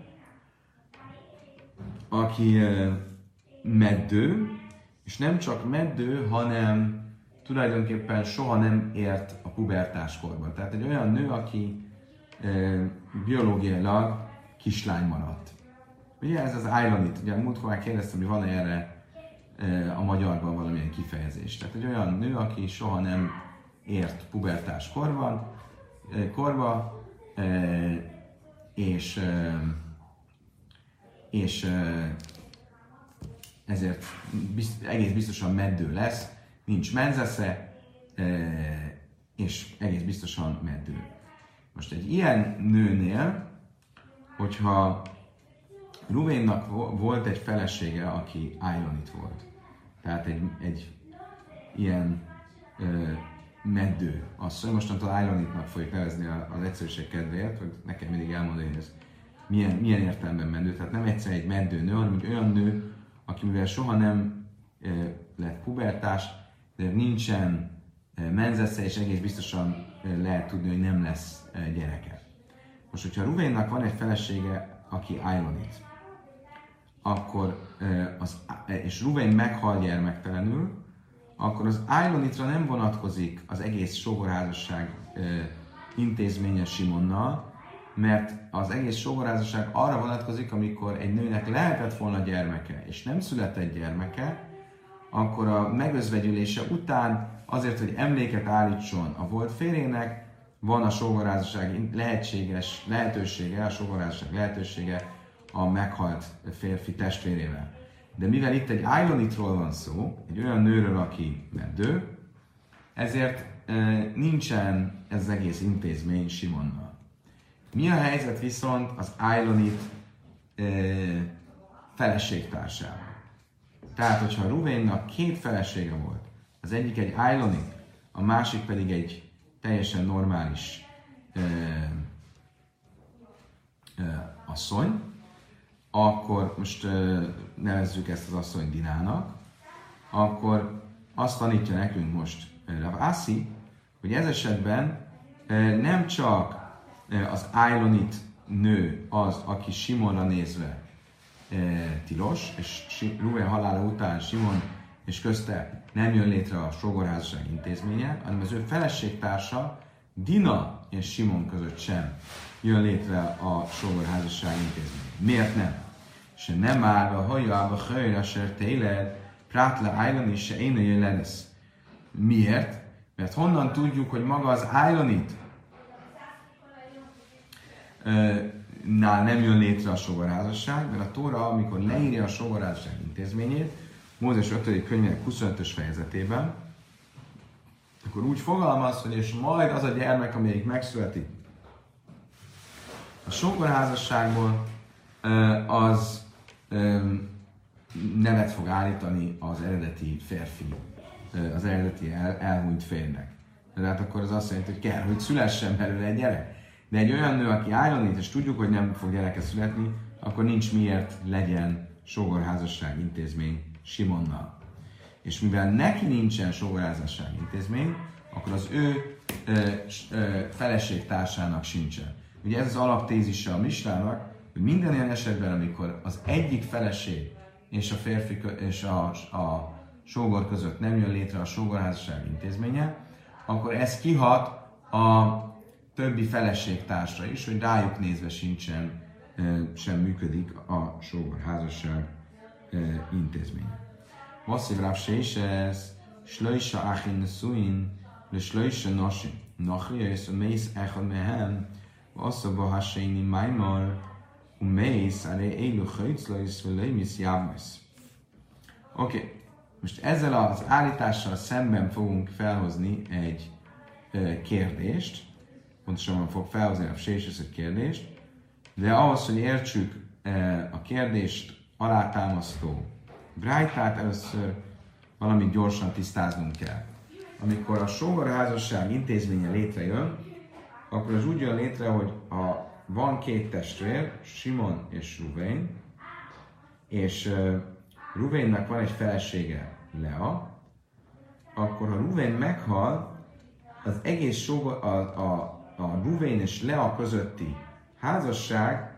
aki meddő, és nem csak meddő, hanem tulajdonképpen soha nem ért a pubertáskorban. Tehát egy olyan nő, aki biológiailag kislány maradt. Ugye ez az Ailonit. Ugye múltkor már kérdeztem, hogy van erre a magyarban valamilyen kifejezés. Tehát egy olyan nő, aki soha nem ért pubertás korban, korba, és, és ezért bizt, egész biztosan meddő lesz, nincs menzesze, és egész biztosan meddő. Most egy ilyen nőnél, hogyha Ruvénnak volt egy felesége, aki Ailonit volt, tehát egy, egy ilyen ö, meddő asszony, mostantól Ailonitnak fogjuk nevezni az egyszerűség kedvéért, hogy nekem mindig elmondani, hogy ez milyen, milyen értelemben meddő. Tehát nem egyszer egy meddő nő, hanem egy olyan nő, aki mivel soha nem ö, lett pubertás, de nincsen ö, menzesze, és egész biztosan ö, lehet tudni, hogy nem lesz ö, gyereke. Most, hogyha Ruvénnak van egy felesége, aki Ailonit, akkor az, és Ruvén meghal gyermektelenül, akkor az Ailonitra nem vonatkozik az egész sógorházasság intézménye Simonnal, mert az egész sógorházasság arra vonatkozik, amikor egy nőnek lehetett volna gyermeke, és nem született gyermeke, akkor a megözvegyülése után azért, hogy emléket állítson a volt férjének, van a sógorházasság lehetséges lehetősége, a sógorházasság lehetősége a meghalt férfi testvérével. De mivel itt egy Ailonitról van szó, egy olyan nőről, aki meddő, ezért e, nincsen ez az egész intézmény Simonnal. Mi a helyzet viszont az Ailonit e, feleségtársával? Tehát, hogyha Ruvénnak két felesége volt, az egyik egy Ailonit, a másik pedig egy teljesen normális e, e, asszony, akkor most uh, nevezzük ezt az asszony Dinának, akkor azt tanítja nekünk most uh, Rav Assi, hogy ez esetben uh, nem csak uh, az Ailonit nő az, aki Simonra nézve uh, tilos, és Ruvén halála után Simon és közte nem jön létre a sógorházasság intézménye, hanem az ő feleségtársa Dina és Simon között sem jön létre a sógorházasság intézmény. Miért nem? Se nem áll a hajába hajra se téled, prátla Ailonit se én jön lesz. Miért? Mert honnan tudjuk, hogy maga az Ailonit nál nem jön létre a sógorházasság, mert a Tóra, amikor leírja a sógorházasság intézményét, Mózes ötödik könyvének huszonötös fejezetében, akkor úgy fogalmaz, hogy és majd az a gyermek, amelyik megszületik a sógorházasságból, az nevet fog állítani az eredeti férfi, az eredeti el, elhunyt férjnek. Tehát akkor az azt jelenti, hogy kell, hogy szülessen belőle egy gyerek. De egy olyan nő, aki Ailonit, és tudjuk, hogy nem fog gyereke születni, akkor nincs miért legyen sógorházasság intézmény Simonnal. És mivel neki nincsen sógorházasság intézmény, akkor az ő ö, ö, feleségtársának sincsen. Ugye ez az alaptézise a Misnának, hogy minden olyan esetben, amikor az egyik feleség és a férfi és a, a sógor között nem jön létre a sógorházasság intézménye, akkor ez kihat a többi feleségtársra is, hogy rájuk nézve sincsen, sem működik a sógorházasság intézménye. Vasszív Rav Seises, Slöjsa Achin Nesuin, Le Slöjsa Nosin, Nachria és a Mész Echad Mehem, Vasszaba Haseini Maimar, Umész, Are Élu Hajclajsz, Völejmisz Jábmész. Oké, most ezzel az állítással szemben fogunk felhozni egy ö, kérdést, pontosabban fog felhozni a Seises egy kérdést, de ahhoz, hogy értsük ö, a kérdést alátámasztó brájtát, először valamit gyorsan tisztáznunk kell. Amikor a sógorházasság intézménye létrejön, akkor az úgy jön létre, hogy a, van két testvér, Simon és Ruvén, és uh, Ruvénnek van egy felesége, Lea, akkor ha Ruvén meghal, az egész sógor, a, a, a Ruvén és Lea közötti házasság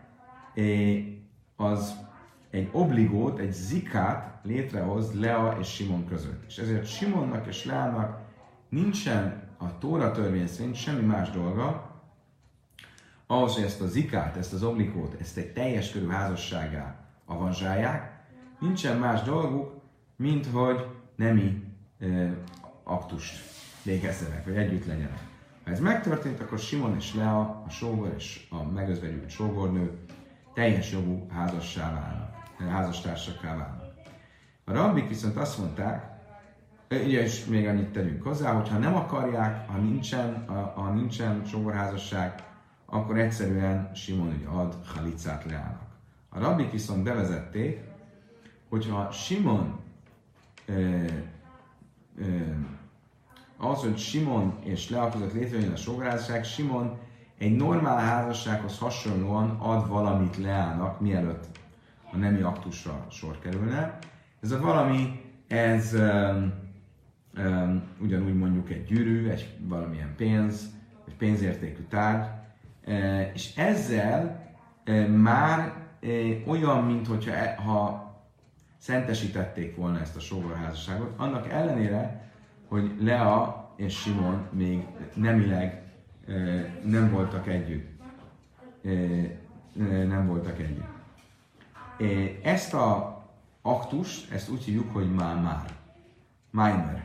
az egy obligót, egy zikát létrehoz Lea és Simon között. És ezért Simonnak és Leának nincsen a Tóra törvény szerint semmi más dolga, ahhoz, hogy ezt a zikát, ezt az obligót, ezt egy teljes körű házasságá avanzsálják, nincsen más dolguk, mint hogy nemi e, aktust végezzenek, vagy együtt legyenek. Ha ez megtörtént, akkor Simon és Lea, a sógor és a megözvegyült sógornő teljes jogú házassá válnak, házastársaká válnak. A rabbik viszont azt mondták, ugye is még annyit tegyünk hozzá, hogy ha nem akarják, ha nincsen, ha, ha nincsen sógorházasság, akkor egyszerűen Simon ugye ad halicát Leának. A rabbik viszont bevezették, hogyha Simon ö, ö, az, hogy Simon és Lea között létrejön a sógorházasság, Simon egy normál házassághoz hasonlóan ad valamit Leának, mielőtt a nemi aktusra sor kerülne. Ez a valami, ez um, um, ugyanúgy mondjuk egy gyűrű, egy valamilyen pénz, egy pénzértékű tárgy, e, és ezzel e, már e, olyan, mintha e, ha szentesítették volna ezt a sógorházasságot, annak ellenére, hogy Lea és Simon még nemileg e, nem voltak együtt. E, e, nem voltak együtt. E, ezt a aktus, ezt úgy hívjuk, hogy már-már. Maimer.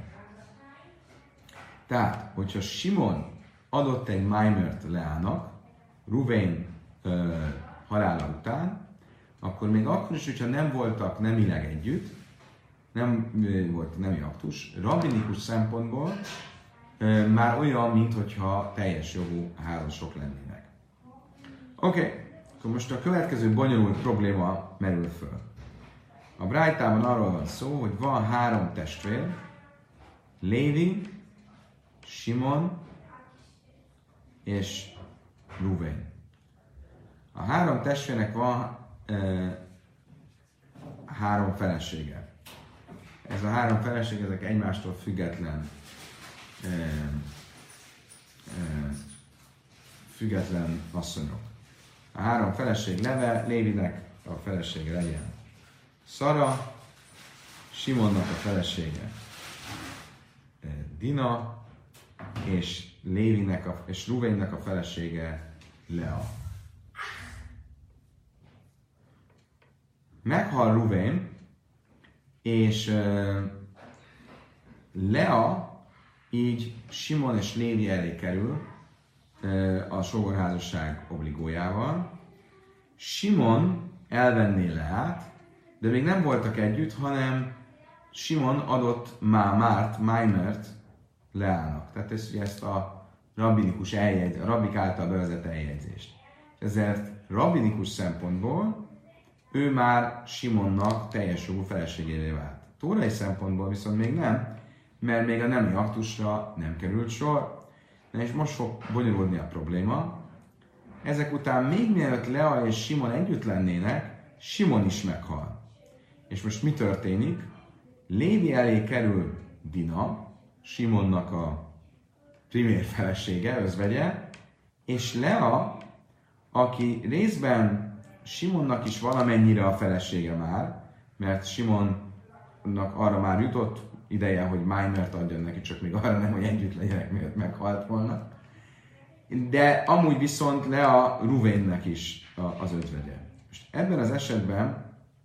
Tehát, hogyha Simon adott egy Maimert Leának, Ruvén ö, halála után, akkor még akkor is, hogyha nem voltak nemileg együtt, nem ö, volt nemi aktus, rabbinikus szempontból ö, már olyan, mintha teljes jogú házasok lennének. Oké, okay. Akkor most a következő bonyolult probléma merül föl. A Brájtában arról van szó, hogy van három testvér, Lévi, Simon és Ruvén. A három testvérnek van e, három felesége. Ez a három feleség, ezek egymástól független e, e, független asszonyok. A három feleség neve, Lévinek a felesége legyen Szara, Simonnak a felesége Dina, és Lévinek a, és Ruvénnek a felesége Lea. Meghal Ruvén, és uh, Lea így Simon és Lévi elé kerül uh, a sógorházasság obligójával. Simon elvenné Leát, de még nem voltak együtt, hanem Simon adott mámárt, májmert Leának. Tehát ez ugye ezt a rabbinikus eljegyzést, a rabbik által bevezett eljegyzést. Ezért rabbinikus szempontból ő már Simonnak teljes jogú feleségévé vált. Tórai szempontból viszont még nem, mert még a nemi aktusra nem került sor. Na és most fog bonyolódni a probléma. Ezek után még mielőtt Lea és Simon együtt lennének, Simon is meghal. És most mi történik? Lévi elé kerül Dina, Simonnak a primér felesége, özvegye, és Lea, aki részben Simonnak is valamennyire a felesége már, mert Simonnak arra már jutott ideje, hogy Májmert adjon neki, csak még arra nem, hogy együtt legyenek, mielőtt meghalt volna. De amúgy viszont Lea Ruvénnek is az özvegye. Most ebben az esetben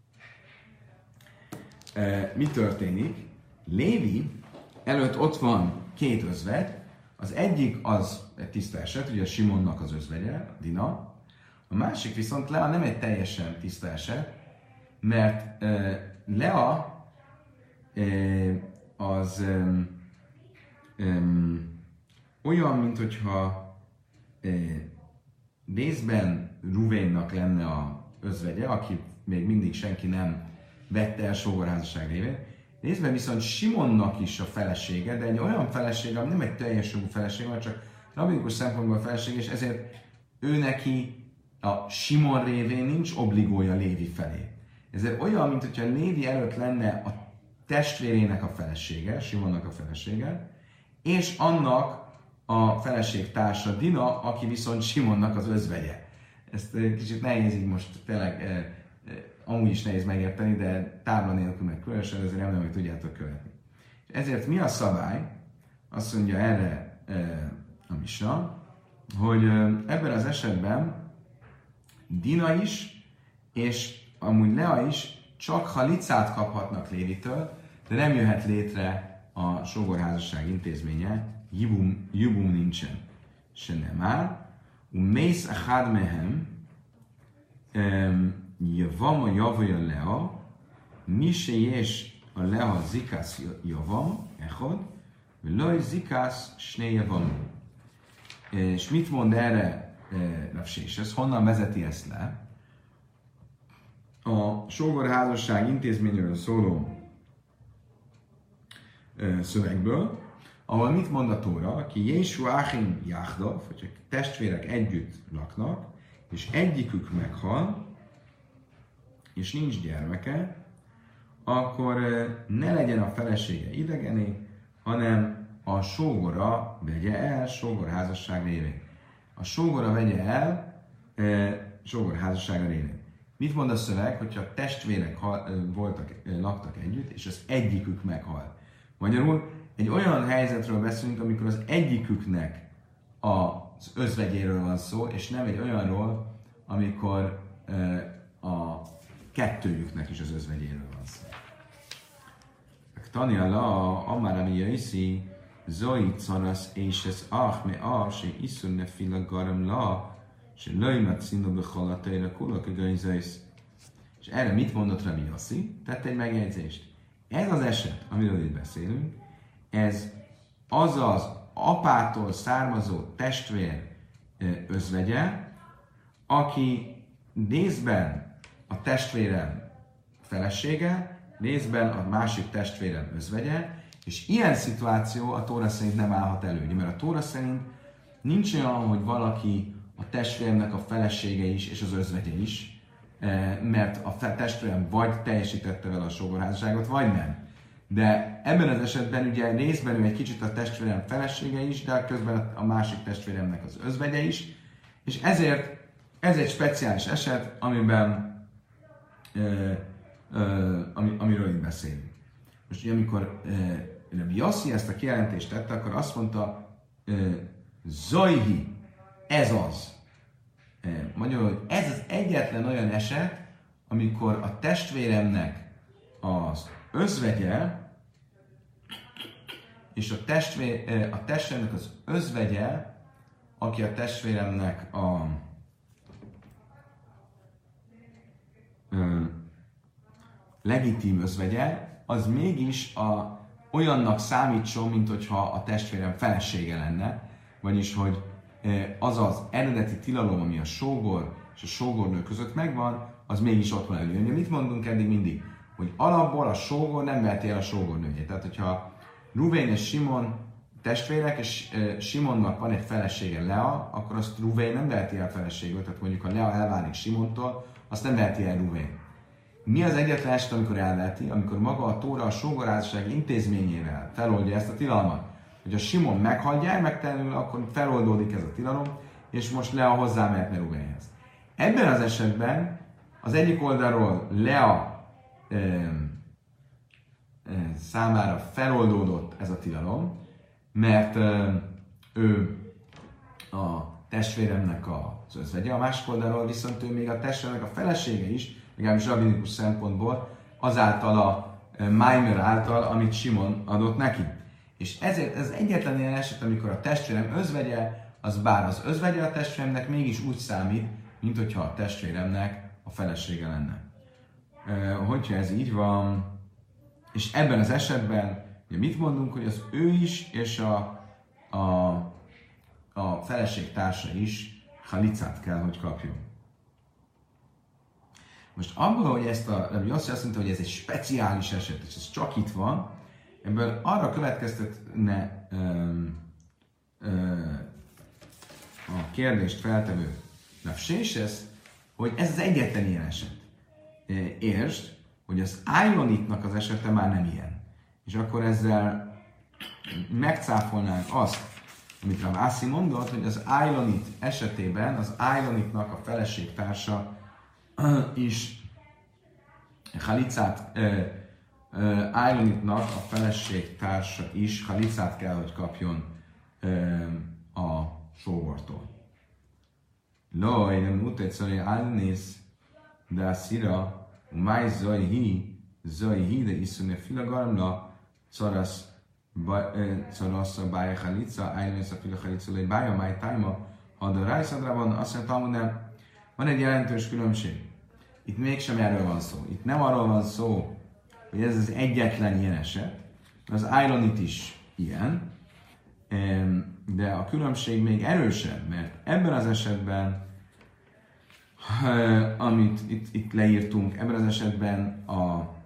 e, mi történik? Lévi előtt ott van két özvegy, az egyik az egy tiszta eset, ugye Simonnak az özvegye, Dina, a másik viszont Lea nem egy teljesen tiszta eset, mert e, Lea e, az e, e, olyan, mint hogyha e, részben Ruvénnak lenne a özvegye, aki még mindig senki nem vette el sógorházasság révén, részben viszont Simonnak is a felesége, de egy olyan felesége, ami nem egy teljes jogú feleség, hanem csak rabbinikus szempontból a feleség, és ezért ő neki a Simon révén nincs obligója Lévi felé. Ezért olyan, mint hogyha Lévi előtt lenne a testvérének a felesége, Simonnak a felesége, és annak a feleség társa Dina, aki viszont Simonnak az özvegye. Ezt kicsit nehéz így most tényleg, eh, eh, amúgy is nehéz megérteni, de tábla nélkül meg különösen, ezért remélem, hogy tudjátok követni. És ezért mi a szabály? Azt mondja erre eh, a Misna, hogy eh, ebben az esetben Dina is, és amúgy Lea is csak halicát kaphatnak Lévitől, de nem jöhet létre a sógorházasság intézménye, jibum, jibum nincsen. Se nem áll. Umész achad mehem, javam a javaja Lea, mi se jes a Lea zikász javam, echod, loj zikász sné javam. És mit mond erre Rav Sheshes? Honnan vezeti ezt le? A sógorházasság intézményről szóló szövegből, ahol mit mond a Tóra, aki Jésu Achim Jachdav, hogyha testvérek együtt laknak, és egyikük meghal, és nincs gyermeke, akkor ne legyen a felesége idegené, hanem a sógora vegye el sógorházasság révén. A sógora vegye el e, sógorházassága révén. Mit mond a szöveg, hogyha testvérek hal, voltak, laktak együtt, és az egyikük meghal? Magyarul egy olyan helyzetről beszélünk, amikor az egyiküknek az özvegyéről van szó, és nem egy olyanról, amikor e, a kettőjüknek is az özvegyéről van szó. Tanya la, amara mi jaiszi, zoi caras és ez ach me ah, se iszun ne fila garam la, se löjmet színú behalatajra kulak a gajzaisz. És erre mit mondott Rabbi Yossi? Tett egy megjegyzést. Ez az eset, amiről itt beszélünk, ez az az apától származó testvér özvegye, aki részben a testvérem felesége, részben a másik testvérem özvegye, és ilyen szituáció a Tóra szerint nem állhat elő. Mert a Tóra szerint nincs olyan, hogy valaki a testvéremnek a felesége is, és az özvegye is, mert a testvérem vagy teljesítette vele a sógorházasságot, vagy nem. De ebben az esetben ugye részben ő egy kicsit a testvérem felesége is, de közben a másik testvéremnek az özvegye is, és ezért ez egy speciális eset, amiben ö, ö, ami, amiről itt beszélünk. Most ugye amikor Rabbi Yossi ezt a kijelentést tette, akkor azt mondta, Zojhi, ez az. Magyarul, hogy ez az egyetlen olyan eset, amikor a testvéremnek az özvegye, és a, testvér, a testvéremnek az özvegye, aki a testvéremnek a ö, legitim özvegye, az mégis a, olyannak számítson, mint hogyha a testvérem felesége lenne, vagyis, hogy az az eredeti tilalom, ami a sógor és a sógornő között megvan, az mégis ott van elő. Mit mondunk eddig mindig? Hogy alapból a sógor nem veheti el a sógornőjét. Tehát, hogyha Ruvén és Simon testvérek, és Simonnak van egy felesége, Lea, akkor azt Ruvén nem veheti el a feleségül. Tehát mondjuk, ha Lea elválik Simontól, azt nem veheti el Ruvén. Mi az egyetlen eset, amikor elveheti? Amikor maga a Tóra a sógorházasság intézményével feloldja ezt a tilalmat. Hogy a Simon meghal gyermektelenül, akkor feloldódik ez a tilalom, és most Lea hozzámehetne Ruvénhez. Ebben az esetben az egyik oldalról Lea e, e, számára feloldódott ez a tilalom, mert e, ő a testvéremnek az özvegye, a másik oldalról viszont ő még a testvéremnek a felesége is, legalábbis rabbinikus szempontból, azáltal a e, Maimer által, amit Simon adott neki. És ezért ez egyetlen ilyen eset, amikor a testvérem özvegye, az bár az özvegye a testvéremnek, mégis úgy számít, mint hogyha a testvéremnek a felesége lenne. E, hogyha ez így van, és ebben az esetben ugye mit mondunk, hogy az ő is, és a, a, a feleség társa is halicát kell, hogy kapjon. Most abból, hogy ezt a Rabbi Yossi azt mondta, hogy ez egy speciális eset, és ez csak itt van, ebből arra következtetne um, um, a kérdést feltevő Rav Sheshes, hogy ez az egyetlen ilyen eset. Értsd, hogy az Ájlonitnak az esete már nem ilyen. És akkor ezzel megcáfolnánk azt, amit Rav Assi mondott, hogy az Ailonit esetében az Ailonitnak a feleségtársa is halicát, Ailonitnak a feleségtársa is halicát kell, hogy kapjon a sógortól. Loj, nem mutat, hogy Ailnis, de a szira, máj zaj hi, zaj hi, de iszone filagaramla, szarasz, szarasz a bája halica, Ailnis a fila halica, lej bája, máj tájma, ha a rájszadra van, azt mondja, hogy nem. Van egy jelentős különbség. Itt mégsem erről van szó. Itt nem arról van szó, hogy ez az egyetlen ilyen eset. Az Ailonit is ilyen, de a különbség még erősebb, mert ebben az esetben, amit itt, itt leírtunk, ebben az esetben a,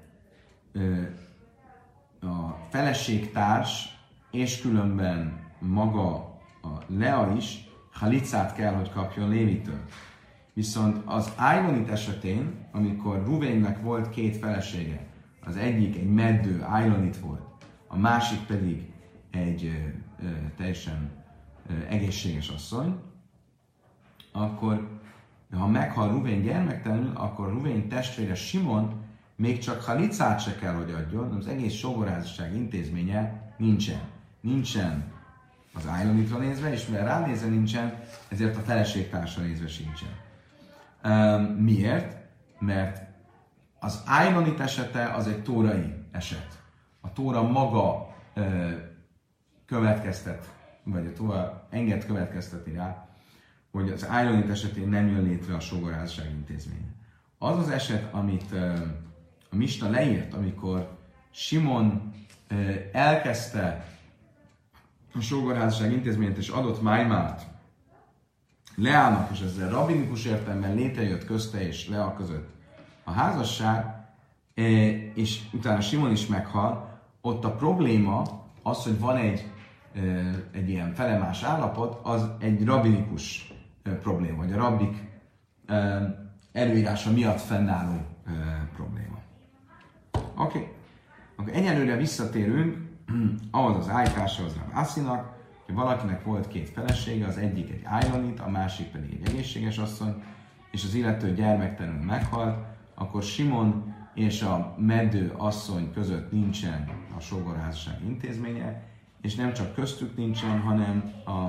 a feleségtárs és különben maga a Lea is halicát kell, hogy kapjon Lévitől. Viszont az Ailonit esetén, amikor Ruvénnek volt két felesége, az egyik egy meddő Ailonit volt, a másik pedig egy ö, ö, teljesen ö, egészséges asszony, akkor ha meghal Ruvén gyermektelenül, akkor Ruvén testvére Simon még csak halicát se kell, hogy adjon, az egész sógorházasság intézménye nincsen. Nincsen az Ailonitra nézve, és mivel ránézve nincsen, ezért a feleségtársra nézve sincsen. Um, miért? Mert az Ailonit esete az egy tórai eset. A tóra maga uh, következtet, vagy a tóra enged következteti rá, hogy az Ailonit esetén nem jön létre a sógorházasság intézménye. Az az eset, amit uh, a Misna leírt, amikor Simon uh, elkezdte a sógorházasság intézményt és adott májmát Leának, és ezzel rabbinikus értelemben létrejött közte és Lea között a házasság, és utána Simon is meghal, ott a probléma az, hogy van egy, egy ilyen felemás állapot, az egy rabbinikus probléma, vagy a rabbik előírása miatt fennálló probléma. Oké, okay. Akkor egyelőre visszatérünk ahhoz az állításra, az Rav Assinak, hogy valakinek volt két felesége, az egyik egy Ailonit, a másik pedig egy egészséges asszony, és az illető gyermektelenül meghalt, akkor Simon és a meddő asszony között nincsen a sógorházasság intézménye, és nem csak köztük nincsen, hanem a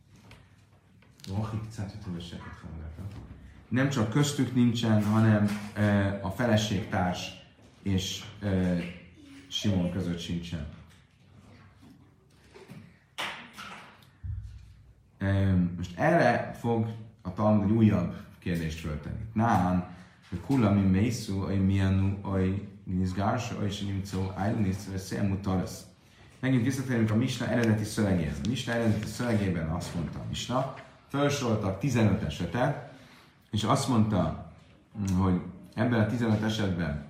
nem csak köztük nincsen, hanem a feleségtárs és Simon között sincsen. Most erre fog a Talmud egy újabb kérdést föltenni. Nán, hogy kullami meiszú, hogy milyenú, hogy nizgársa, hogy se nimcó, ájlunisz, vagy szélmutarasz. Megint visszatérünk a Misna eredeti szövegéhez. A Misna eredeti szövegében azt mondta a Misna, felsoroltak tizenöt esetet, és azt mondta, hogy ebben a tizenöt esetben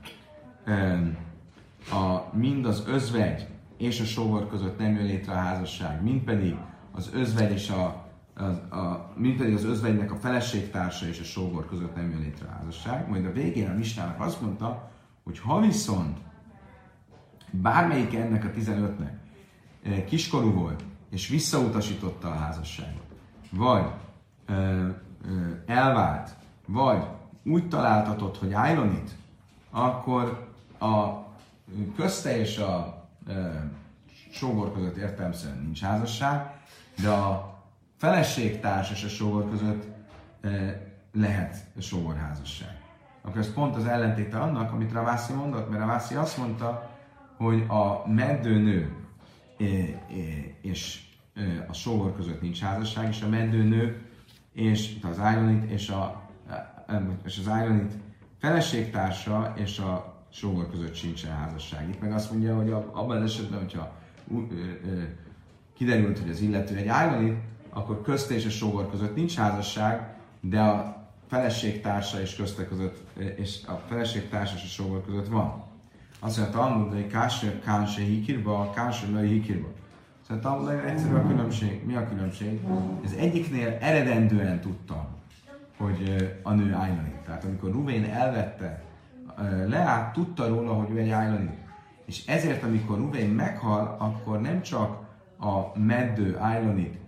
a, mind az özvegy és a sógor között nem jön létre a házasság, mind pedig az özvegy és a, a, a, mind pedig az özvegynek a feleségtársa és a sógor között nem jön létre a házasság. Majd a végén a Misnának azt mondta, hogy ha viszont bármelyik ennek a tizenötnek kiskorú volt, és visszautasította a házasságot, vagy ö, ö, elvált, vagy úgy találtatott, hogy Ailonit, akkor a közte és a ö, sógor között értelemszerűen nincs házasság, de a feleségtárs és a sógor között e, lehet a sógorházasság. Akkor ez pont az ellentéte annak, amit Rav Assi mondott, mert Rav Assi azt mondta, hogy a meddőnő e, e, és e, a sógor között nincs házasság, és a meddőnő és az Ailonit és, a, e, és az Ailonit feleségtársa és a sógor között sincsen házasság. Itt meg azt mondja, hogy abban az esetben, hogyha ö, ö, kiderült, hogy az illető egy Ailonit, akkor közte és a sógor között nincs házasság, de a feleségtársa és közte között, és a feleségtársa és a sógor között van. Azt mondja, a Talmud, hogy kásser kánse hikirba, kásser lői hikirba. Szóval a Talmud nagyon egyszerű a különbség. Mi a különbség? Az egyiknél eredendően tudta, hogy a nő Ailonit. Tehát amikor Ruvén elvette Leát, tudta róla, hogy ő egy Ailonit. És ezért, amikor Ruvén meghal, akkor nem csak a meddő Ailonit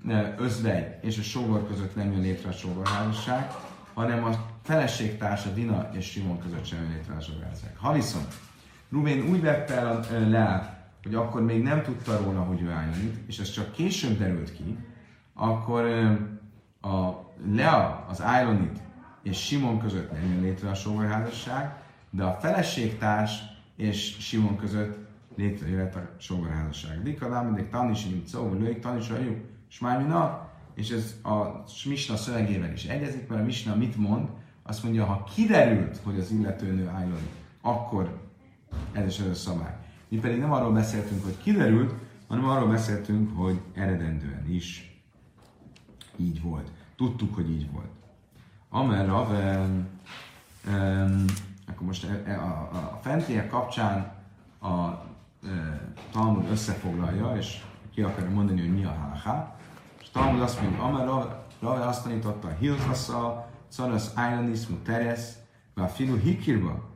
özvegy és a sógor között nem jön létre a sógorházasság, hanem a feleségtársa Dina és Simon között sem jön létre a sógorházasság. Ha viszont Ruvén úgy vette el a Leát, hogy akkor még nem tudta róla, hogy ő Ájlanit, és ez csak később derült ki, akkor a Lea, az Ájlanit és Simon között nem jön létre a sógorházasság, de a feleségtárs és Simon között létrejöhet a sógorházasság. Dikadám, mindig tanítsunk, szóval lőjük, tanítsunk, smájmina, és ez a Misna szövegével is egyezik, mert a Misna mit mond? Azt mondja, ha kiderült, hogy az illető nő Ájlanit, akkor ez is ez a szabály. Mi pedig nem arról beszéltünk, hogy kiderült, hanem arról beszéltünk, hogy eredendően is így volt. Tudtuk, hogy így volt. Amerra, um, um, akkor most a, a, a fentiek kapcsán a e, Talmud összefoglalja, és ki akarja mondani, hogy mi a halaká. És Talmud azt mondja, amerra, Rave azt tanította, Hilchassa, Caras Ájlanis Muteres, Vá Filu Hikirba,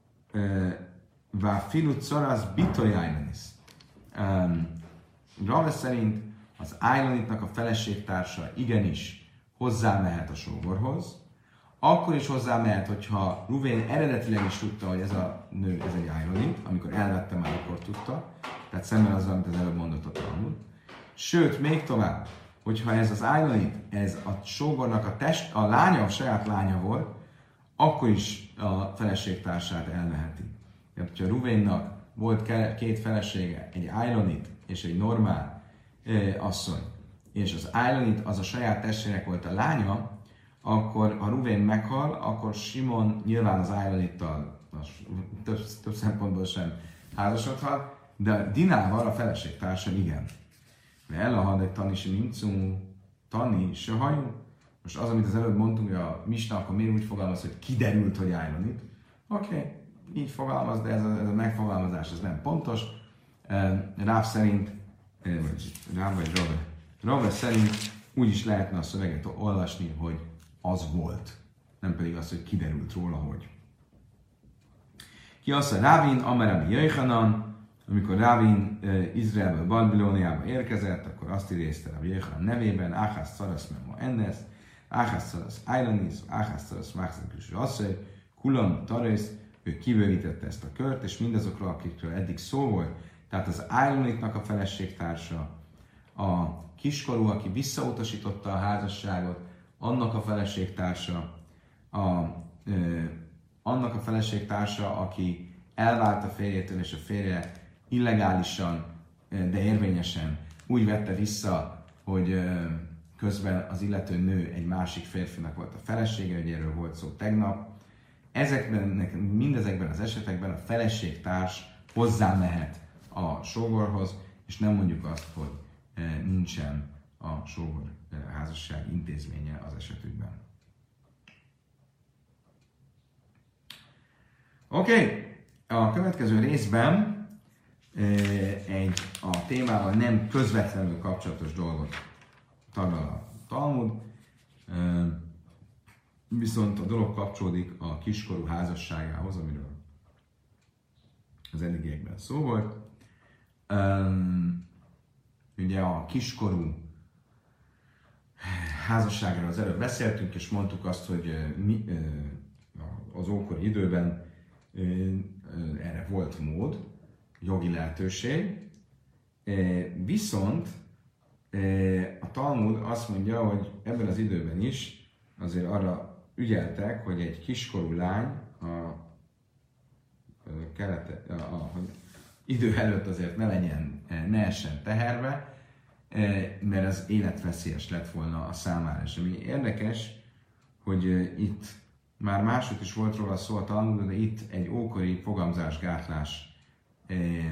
Vá Filu Caras Bitoly Ájlanis. Rave szerint az Ájlanitnak a feleségtársa igenis hozzámehet a sógorhoz, akkor is hozzámehet, hogyha Ruvén eredetileg is tudta, hogy ez a nő, ez egy Ájlanit, amikor elvette már, akkor tudta, tehát szemben azzal, amit az előbb mondott a Talmud. Sőt, még tovább, hogyha ez az Ájlanit, ez a sógornak a test, a lánya, a saját lánya volt, akkor is a feleségtársát elmeheti. Tehát, hogyha Ruvénnak volt két felesége, egy Ájlanit és egy normál e, asszony, és az Ájlanit az a saját testvének volt a lánya, akkor ha Ruvén meghal, akkor Simon nyilván az Ájlanittal több, több szempontból sem házasodhat, de Dinával a feleségtársa igen. Mert elahad egy tani se nincú, tani se hajú. Most az, amit az előbb mondtunk, hogy a Misna, akkor miért úgy fogalmaz, hogy kiderült, hogy Ájlanit. Oké, okay, így fogalmaz, de ez a, ez a megfogalmazás ez nem pontos. Ráv szerint, vagy Ráv vagy Rave, Rave szerint úgy is lehetne a szöveget olvasni, hogy az volt. Nem pedig az, hogy kiderült róla, hogy. Ki az a Rávin, Amerami Jöjhanan, amikor Rávin uh, Izraelből Babilóniába érkezett, akkor azt idézte Rabbi Jöjhanan nevében, Áhász Szarasz Memo Ennes, Áhász Szarasz Ájlanis, Áhász Szarasz Máxakus Asszony, Kulan Tarész, ő kibővítette ezt a kört, és mindazokról, akikről eddig szó volt, tehát az Ájlanitnak a feleségtársa, a kiskorú, aki visszautasította a házasságot, annak a feleségtársa, a, ö, annak a feleségtársa, aki elvált a férjétől, és a férje illegálisan, de érvényesen úgy vette vissza, hogy ö, közben az illető nő egy másik férfinak volt a felesége, ugye erről volt szó tegnap. Ezekben, mindezekben az esetekben a feleségtárs hozzámehet a sógorhoz, és nem mondjuk azt, hogy ö, nincsen a sógor házasság intézménye az esetükben. Oké, okay. A következő részben egy a témával nem közvetlenül kapcsolatos dolgot taglal a Talmud, viszont a dolog kapcsolódik a kiskorú házasságához, amiről az eddigiekben szó volt. Ugye a kiskorú házasságról az előbb beszéltünk, és mondtuk azt, hogy mi, az ókori időben erre volt mód, jogi lehetőség, viszont a Talmud azt mondja, hogy ebben az időben is azért arra ügyeltek, hogy egy kiskorú lány a kelete, a, a, idő előtt azért ne legyen, ne essen teherbe, mert az életveszélyes lett volna a számára. És ami érdekes, hogy itt már máshogy is volt róla szó a Talmudban, de itt egy ókori fogamzásgátlás eh,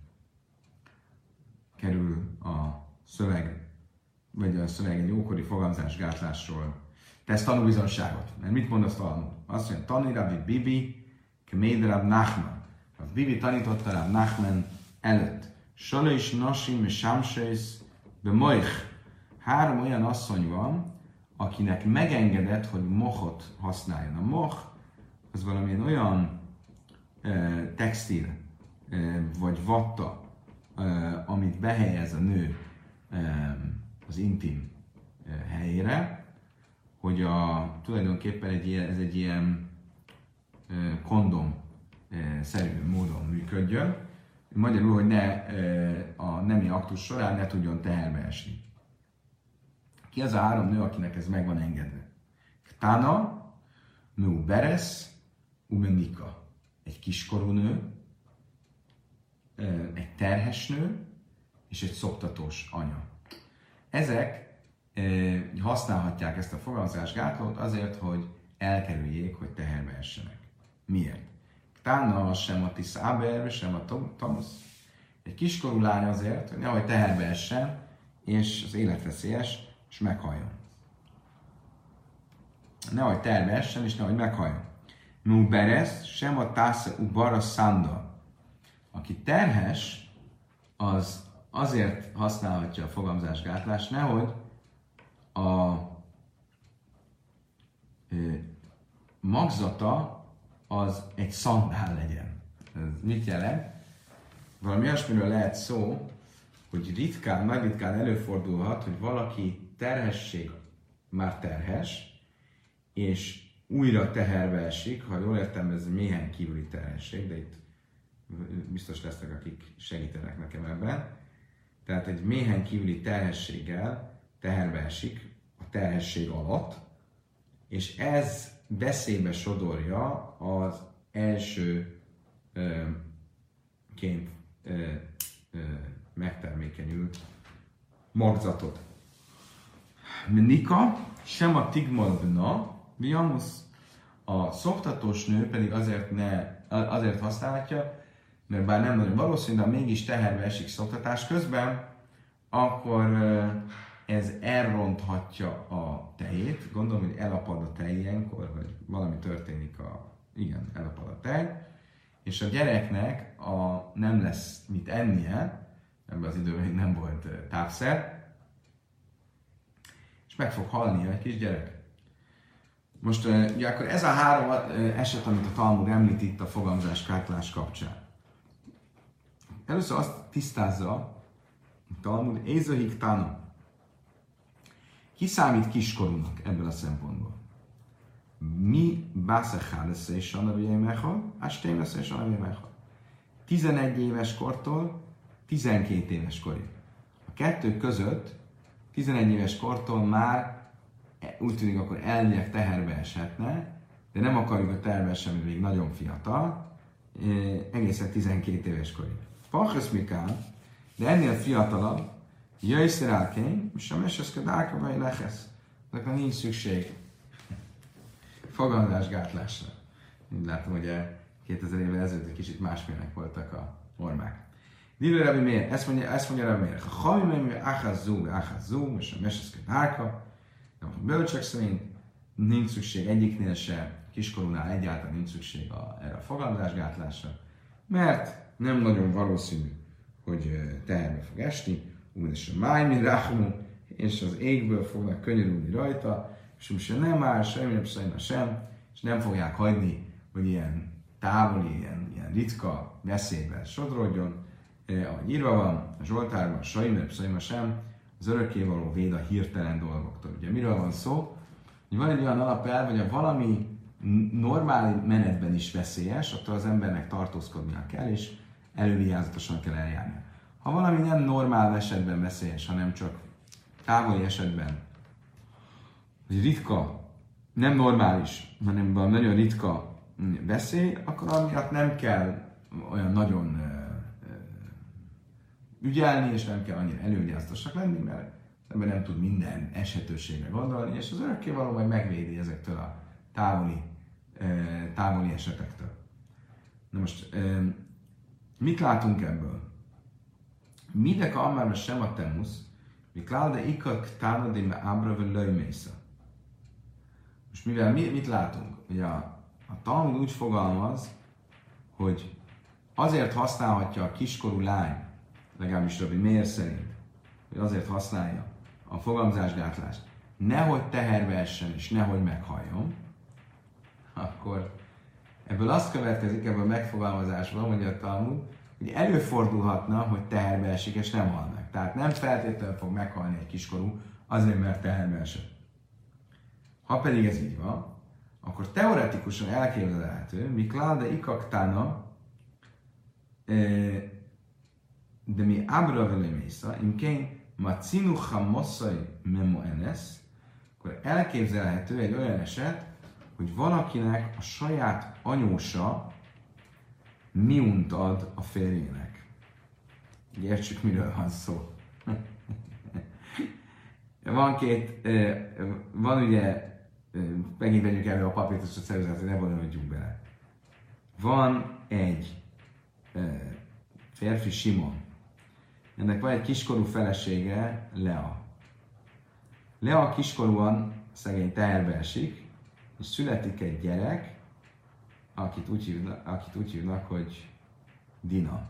kerül a szöveg, vagy a szöveg egy ókori fogamzásgátlásról tesz tanúbizonságot. Mert mit mond a Talmud? Azt mondja, Tani Rabbi Bibi, Kméd Rab Nachman. A Bibi tanította Rab Nachman előtt. Salais Nasim és Samseis Bemoich. Három olyan asszony van, akinek megengedett, hogy mochot használjon. A moch az valamilyen olyan e, textil e, vagy vatta, e, amit behelyez a nő e, az intim helyére, hogy a, tulajdonképpen egy ilyen, ez egy ilyen kondom szerű módon működjön, magyarul, hogy ne a nemi aktus során ne tudjon teherbe esni. Ki az a három nő, akinek ez meg van engedve? Ktana, Mu Beres, Umenika. Egy kiskorú nő, egy terhes nő, és egy szoptatós anya. Ezek használhatják ezt a fogamzásgátlót azért, hogy elkerüljék, hogy teherbe essenek. Miért? Tána sem a tiszáberbe, sem a tamusz. Egy kiskorú lány azért, hogy nehogy teherbe essen, és az életveszélyes, és meghalljon. Nehogy teherbe essen, és nehogy meghalljon. Mu beres, sem a tásze ubara szanda. Aki terhes, az azért használhatja a fogamzásgátlást, nehogy a ö, magzata az egy szandál legyen. Ez mit jelent? Valami olyasmiről lehet szó, hogy ritkán, nagy ritkán előfordulhat, hogy valaki terhesség már terhes, és újra teherbe esik, ha jól értem, ez méhen kívüli terhesség, de itt biztos lesznek, akik segítenek nekem ebben. Tehát egy méhen kívüli terhességgel teherbe esik a terhesség alatt, és ez veszélybe sodorja az első ö, ként ö, ö, megtermékenyült magzatot. Nika, sem a tigmalbna, viamusz. A szoptatós nő pedig azért, ne, azért használhatja, mert bár nem nagyon valószínű, de mégis teherbe esik szoptatás közben, akkor ez elronthatja a tejét. Gondolom, hogy elapad a tej ilyenkor, hogy valami történik a... Igen, elapad a tej. És a gyereknek a, nem lesz mit ennie, ebben az időben még nem volt tápszer, és meg fog halni egy kis gyerek. Most ugye akkor ez a három eset, amit a Talmud említ itt a fogamzásgátlás kapcsán. Először azt tisztázza a Talmud, Ézahik Tana. Ki számít kiskorúnak ebből a szempontból? Mi bászechá lesz és anavijai meghal, ástém lesz és anavijai meghal. tizenegy éves kortól tizenkét éves korig. A kettő között tizenegy éves kortól már úgy tűnik, akkor elvileg teherbe eshetne, de nem akarjuk a teherbe esni, mert még nagyon fiatal, egészen tizenkét éves korig. Pachesz mikán, de ennél fiatalabb, jöjszer elkény, és sem eseszked álkabai lehesz. Ezeknek nincs szükség fogamzásgátlásra. Úgy látom, hogy kétezer évvel ezelőtt egy kicsit másmilyenek voltak a normák. Dívő Rabbi Meir, ezt mondja, ezt mondja Rabbi Meir, ha havi meg áházzú, áházzú, és sem eseszked álka, de a bölcsek szerint nincs szükség egyiknél se, kiskorúnál egyáltalán nincs szükség a, erre a fogamzásgátlásra, mert nem nagyon valószínű, hogy teherbe fog esni, úgyis a májmi ráhmú, és az égből fognak könyörülni rajta, és most nem áll semmi, nem sem, és nem fogják hagyni, hogy ilyen távoli, ilyen, ilyen ritka veszélybe sodródjon, eh, ahogy írva van a Zsoltárban, sajmir pszaima sem, az örökkévaló véd a hirtelen dolgoktól. Ugye miről van szó? Hogy van egy olyan alapelv, hogy ha valami normál menetben is veszélyes, attól az embernek tartózkodnia kell, és elővigyázatosan kell eljárni. Ha valami nem normál esetben veszélyes, hanem csak távoli esetben, hogy ritka, nem normális, hanem valami nagyon ritka veszély, akkor amiatt nem kell olyan nagyon uh, uh, ügyelni, és nem kell annyira elővigyázatosak lenni, mert az ember nem tud minden esetőségre gondolni, és az örökkévaló majd megvédi ezektől a távoli, uh, távoli esetektől. Na most, uh, mit látunk ebből? Mideka ammárma sem a temusz, mi kláde ikak tánadi me ábra löjmésza. Most mivel mi, mit látunk? Ugye a, a Talmud úgy fogalmaz, hogy azért használhatja a kiskorú lány, legalábbis Rabbi Meir szerint, hogy azért használja a fogamzásgátlást, nehogy teherbe essen és nehogy meghalljon, akkor ebből azt következik, ebből a megfogalmazásból, mondja a Talmud, hogy előfordulhatna, hogy teherbe esik, és nem hal meg. Tehát nem feltétlenül fog meghalni egy kiskorú, azért, mert teherbe esett. Ha pedig ez így van, akkor teoretikusan elképzelhető, miklál de ikaktána, de mi ábra vele mésza, imkén ma cinucha mosszai memo enesz, akkor elképzelhető egy olyan eset, hogy valakinek a saját anyósa miunt ad a férjének. Értsük, miről van szó. Van két, van ugye, megint vegyük elő a papírt és a ceruzát, hogy ne vonuljuk bele. Van egy férfi, Simon. Ennek van egy kiskorú felesége, Lea. Lea kiskorúan szegény teherbe esik, és születik egy gyerek, akit úgy hívnak, akit úgy hívnak hogy Dina.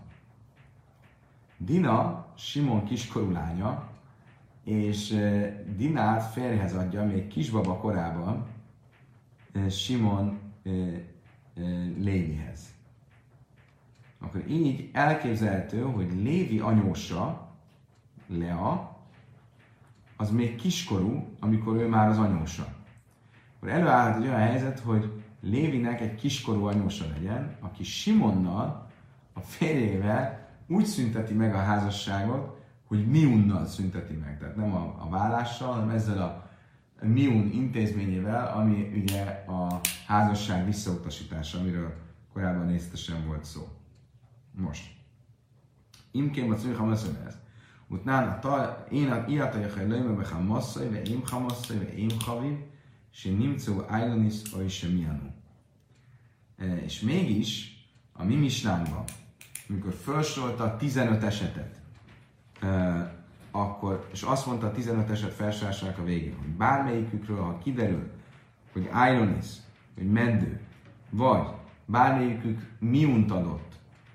Dina Simon kiskorú lánya, és Dinát férjhez adja még kisbaba korában Simon Lévihez. Akkor így elképzelhető, hogy Lévi anyósa, Lea, az még kiskorú, amikor ő már az anyósa. Akkor előállhat egy olyan helyzet, hogy Lévinek egy kiskorú anyósa legyen, aki Simonnal, a férjével úgy szünteti meg a házasságot, hogy miunnal szünteti meg. Tehát nem a, a vállással, hanem ezzel a miun intézményével, ami ugye a házasság visszautasítása, amiről korábban részletesen volt szó. Most. Imkém a cimcha masszai Utána én a iatajachai lőmebechá masszai, ve imcha masszai, ve imchaviv, se nimcó ájlanis, vagy se mianu. És mégis a mi misnánkban, amikor felsorolta a tizenöt esetet, akkor, és azt mondta a tizenöt eset felsorolásának a végén, hogy bármelyikükről, ha kiderül, hogy ájlanis, hogy meddő, vagy bármelyikük miunt adott,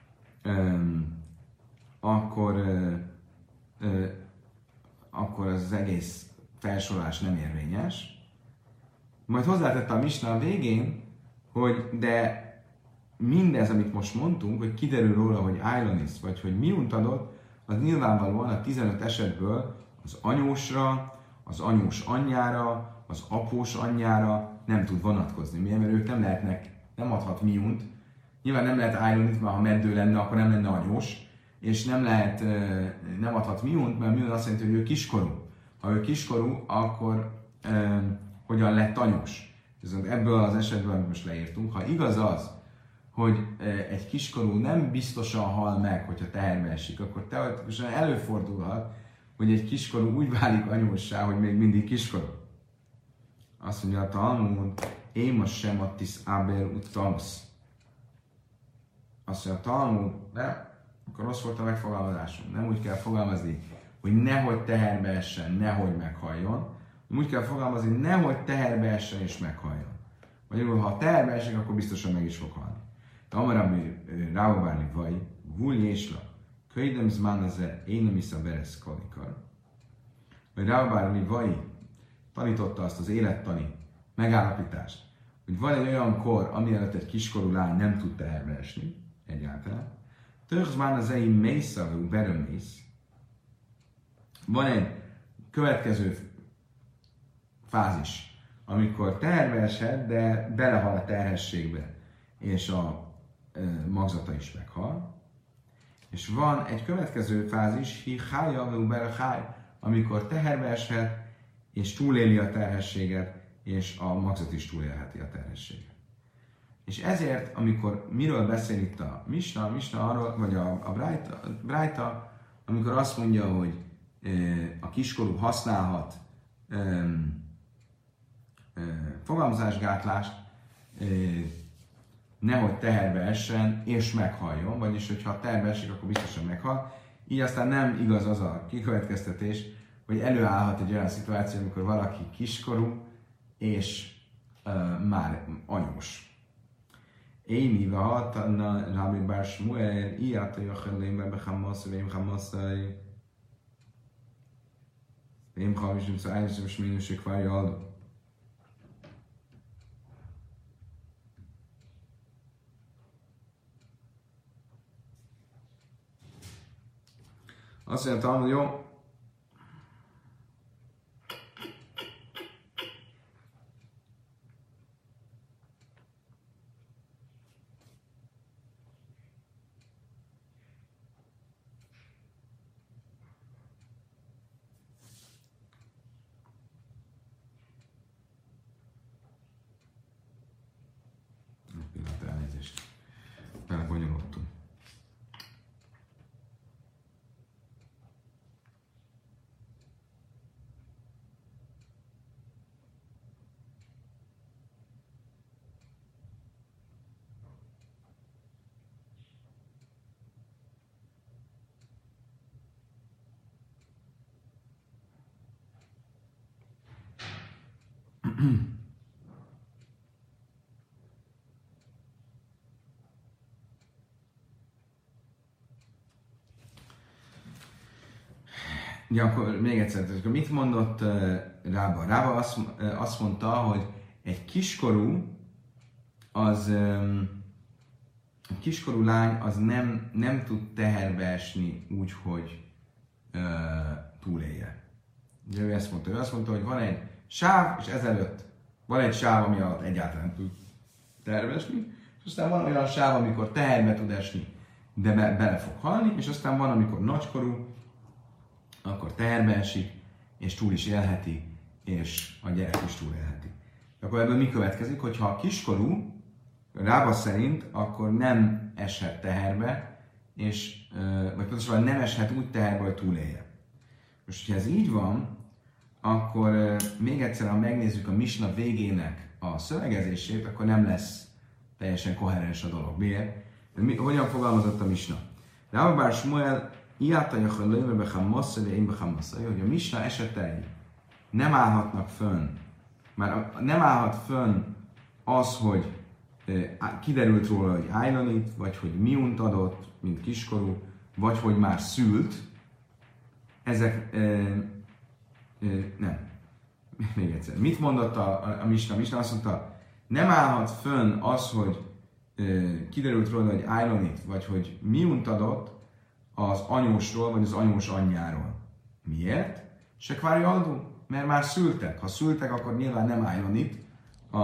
akkor Ö, akkor az egész felsorolás nem érvényes. Majd hozzátette a misna a végén, hogy de mindez, amit most mondtunk, hogy kiderül róla, hogy Ailonis, vagy hogy miunt adott, az nyilvánvalóan a tizenöt esetből az anyósra, az anyós anyjára, az após anyjára nem tud vonatkozni. Miért? Mert ők nem lehetnek, nem adhat miunt. Nyilván nem lehet Ailonis, mert ha meddő lenne, akkor nem lenne anyós. És nem lehet, nem adhat miunt, mert miun azt jelenti, hogy ő kiskorú. Ha ő kiskorú, akkor eh, hogyan lett anyós? Viszont ebből az esetből, amit most leírtunk, ha igaz az, hogy eh, egy kiskorú nem biztosan hal meg, hogyha teherbe esik, akkor teoretikusan előfordulhat, hogy egy kiskorú úgy válik anyóssá, hogy még mindig kiskorú. Azt mondja a Talmud, én most sem attis áber utamusz. Azt mondja a Talmud, de akkor rossz volt a megfogalmazásom. Nem úgy kell fogalmazni, hogy nehogy teherbe essen, nehogy meghalljon. Úgy kell fogalmazni, hogy nehogy teherbe essen és meghalljon. Magyarul, ha teherbe esik, akkor biztosan meg is fog halni. De amarabbi rábabárni vaj, vul jésla, köjdem zmánaze, én nem iszem beresz kalikar. Vagy rábabárni vaj tanította azt az élettani megállapítást, hogy van egy olyan kor, ami előtt egy kiskorú lány nem tud teherbe esni, egyáltalán. Törzsmán az egy mészavú berömész. Van egy következő fázis, amikor teherbe eshet, de belehal a terhességbe, és a e, magzata is meghal. És van egy következő fázis, hi hájavú berháj, amikor teherbe eshet, és túléli a terhességet, és a magzat is túlélheti a terhességet. És ezért, amikor miről beszél itt a Misna, a Misna arról, vagy a, a Brájta, Brájta, amikor azt mondja, hogy e, a kiskorú használhat e, e, fogalmazásgátlást, e, nehogy teherbe essen és meghalljon, vagyis hogyha teherbe esik, akkor biztosan meghal. Így aztán nem igaz az a kikövetkeztetés, hogy előállhat egy olyan szituáció, amikor valaki kiskorú és e, már anyós. Émi vahatana Rabbi Bar Shmuel, ilyát a jachellémbe bechamosz, vém chamoszai, vém chamoszai, vém chamoszai, vém chamoszai, Azt mondja, hogy jó, pillanat, elnézést. Belebonyolódtunk. Ja, akkor még egyszer, akkor mit mondott uh, Rába? Rába azt, uh, azt mondta, hogy egy kiskorú, az um, egy kiskorú lány az nem, nem tud teherbe esni úgy, hogy uh, túlélje. Ugye ő ezt mondta, ő azt mondta, hogy van egy sáv, és ezelőtt van egy sáv, ami alatt egyáltalán nem tud teherbe esni, és aztán van olyan sáv, amikor teherbe tud esni, de be, bele fog halni, és aztán van, amikor nagykorú, akkor teherbe esik, és túl is élheti, és a gyerek is túl élheti. Akkor ebből mi következik, hogyha a kiskorú, Rába szerint, akkor nem eshet teherbe, és, vagy pontosan nem eshet úgy teherbe, hogy túlélje. Most, hogyha ez így van, akkor még egyszer, ha megnézzük a misna végének a szövegezését, akkor nem lesz teljesen koherens a dolog. Miért? Mi, hogyan fogalmazott a misna? Rába bár Smuel Iátajachon lőmebechem massza, de én bechem massza. Hogy a misna esetei nem állhatnak fönn, már nem állhat fönn az, hogy e, kiderült róla, hogy ájlanit, vagy hogy miunt adott, mint kiskorú, vagy hogy már szült. Ezek e, e, nem. Még egyszer. Mit mondott a, a, a misna? A misna azt mondta, nem állhat fönn az, hogy e, kiderült róla, hogy ájlanit, vagy hogy miunt adott, az anyósról, vagy az anyós anyjáról. Miért? Se kvári aldú, mert már szültek. Ha szültek, akkor nyilván nem álljon itt a,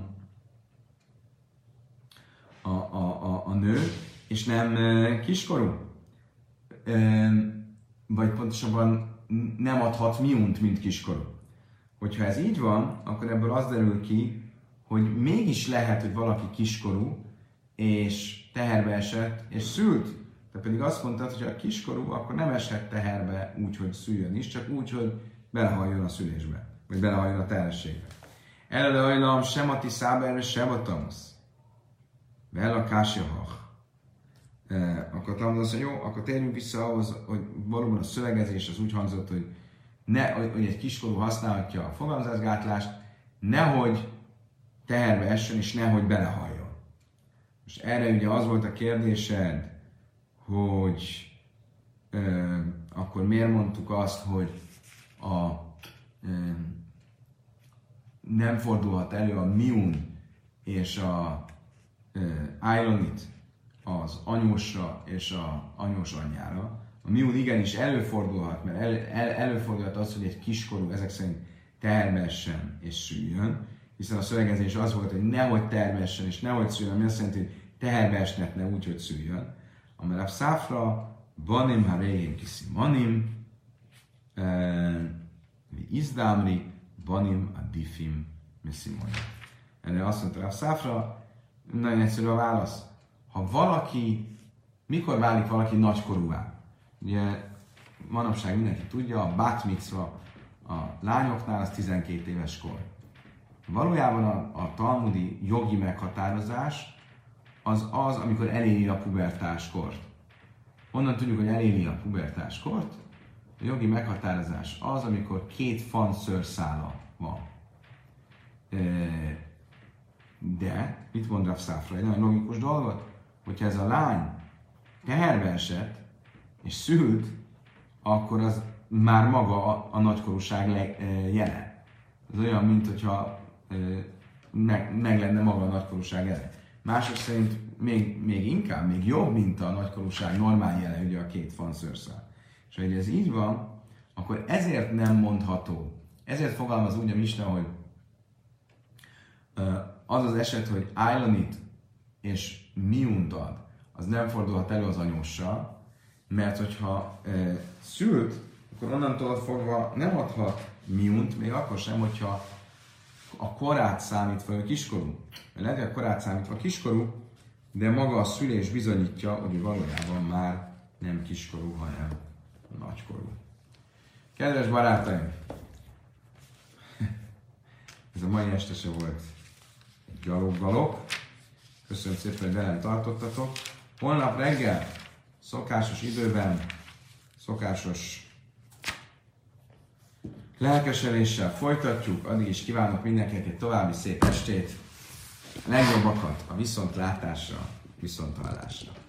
a, a, a, a nő, és nem e, kiskorú. E, vagy pontosabban nem adhat miunt, mint kiskorú. Hogyha ez így van, akkor ebből az derül ki, hogy mégis lehet, hogy valaki kiskorú, és teherbe esett, és szült. Te pedig azt mondtad, hogy a kiskorú akkor nem eshet teherbe úgy, hogy szüljön is, csak úgy, hogy belehalljon a szülésbe, vagy belehalljon a terhességbe. Előhajlam sem a tiszáberre, sem a tamusz. Vel a kásjahach. Akkor talán azt mondja, jó, akkor térjünk vissza ahhoz, hogy valóban a szövegezés az úgy hangzott, hogy, ne, hogy egy kiskorú használhatja a fogamzásgátlást, nehogy teherbe essen, és nehogy belehalljon. Most erre ugye az volt a kérdésed, hogy ö, akkor miért mondtuk azt, hogy a, ö, nem fordulhat elő a miun és a ájlonit az anyósra és a anyós anyjára. A miun igenis előfordulhat, mert el, el, előfordulhat az, hogy egy kiskorú ezek szerint termessen és szüljön, hiszen a szövegezés az volt, hogy nehogy termessen és nehogy szüljön, ami azt jelenti, hogy teherbe eshetne úgy, hogy szüljön. Amely a száfra, banim harején kiszimanim, izdámri, banim a difim miszimonim. Erre azt mondta a száfra, nagyon egyszerű a válasz. Ha valaki, mikor válik valaki nagykorúvá? Ugye manapság mindenki tudja, a bat micva a lányoknál az tizenkét éves kor. Valójában a, a talmudi jogi meghatározás az az, amikor eléri a pubertáskort. Honnan tudjuk, hogy eléri a pubertáskort? A jogi meghatározás az, amikor két fan szőrszála van. De, mit mond Rav Száfra? Egy nagyon logikus dolgot, hogyha ez a lány teherbe esett és szült, akkor az már maga a, a nagykorúság jele. Ez olyan, mint hogyha meg, meg lenne maga a nagykorúság jele. Mások szerint még, még inkább, még jobb, mint a nagykorúság normál jele, ugye a két fan szőrszál. És ha ez így van, akkor ezért nem mondható. Ezért fogalmaz úgy a Misna, hogy az az eset, hogy Ájlanit és miunt ad, az nem fordulhat elő az anyóssal, mert hogyha e, szült, akkor onnantól fogva nem adhat miunt, még akkor sem, hogyha a korát számítva ő kiskorú. Mert lehet, hogy a korát számítva kiskorú, de maga a szülés bizonyítja, hogy valójában már nem kiskorú, hanem nagykorú. Kedves barátaim! Ez a mai este se volt egy gyalog-galop. Köszönöm szépen, hogy velem tartottatok. Holnap reggel, szokásos időben, szokásos lelkesedéssel folytatjuk. Addig is kívánok mindenkinek egy további szép estét. Legjobbakat a viszontlátásra, viszonthallásra.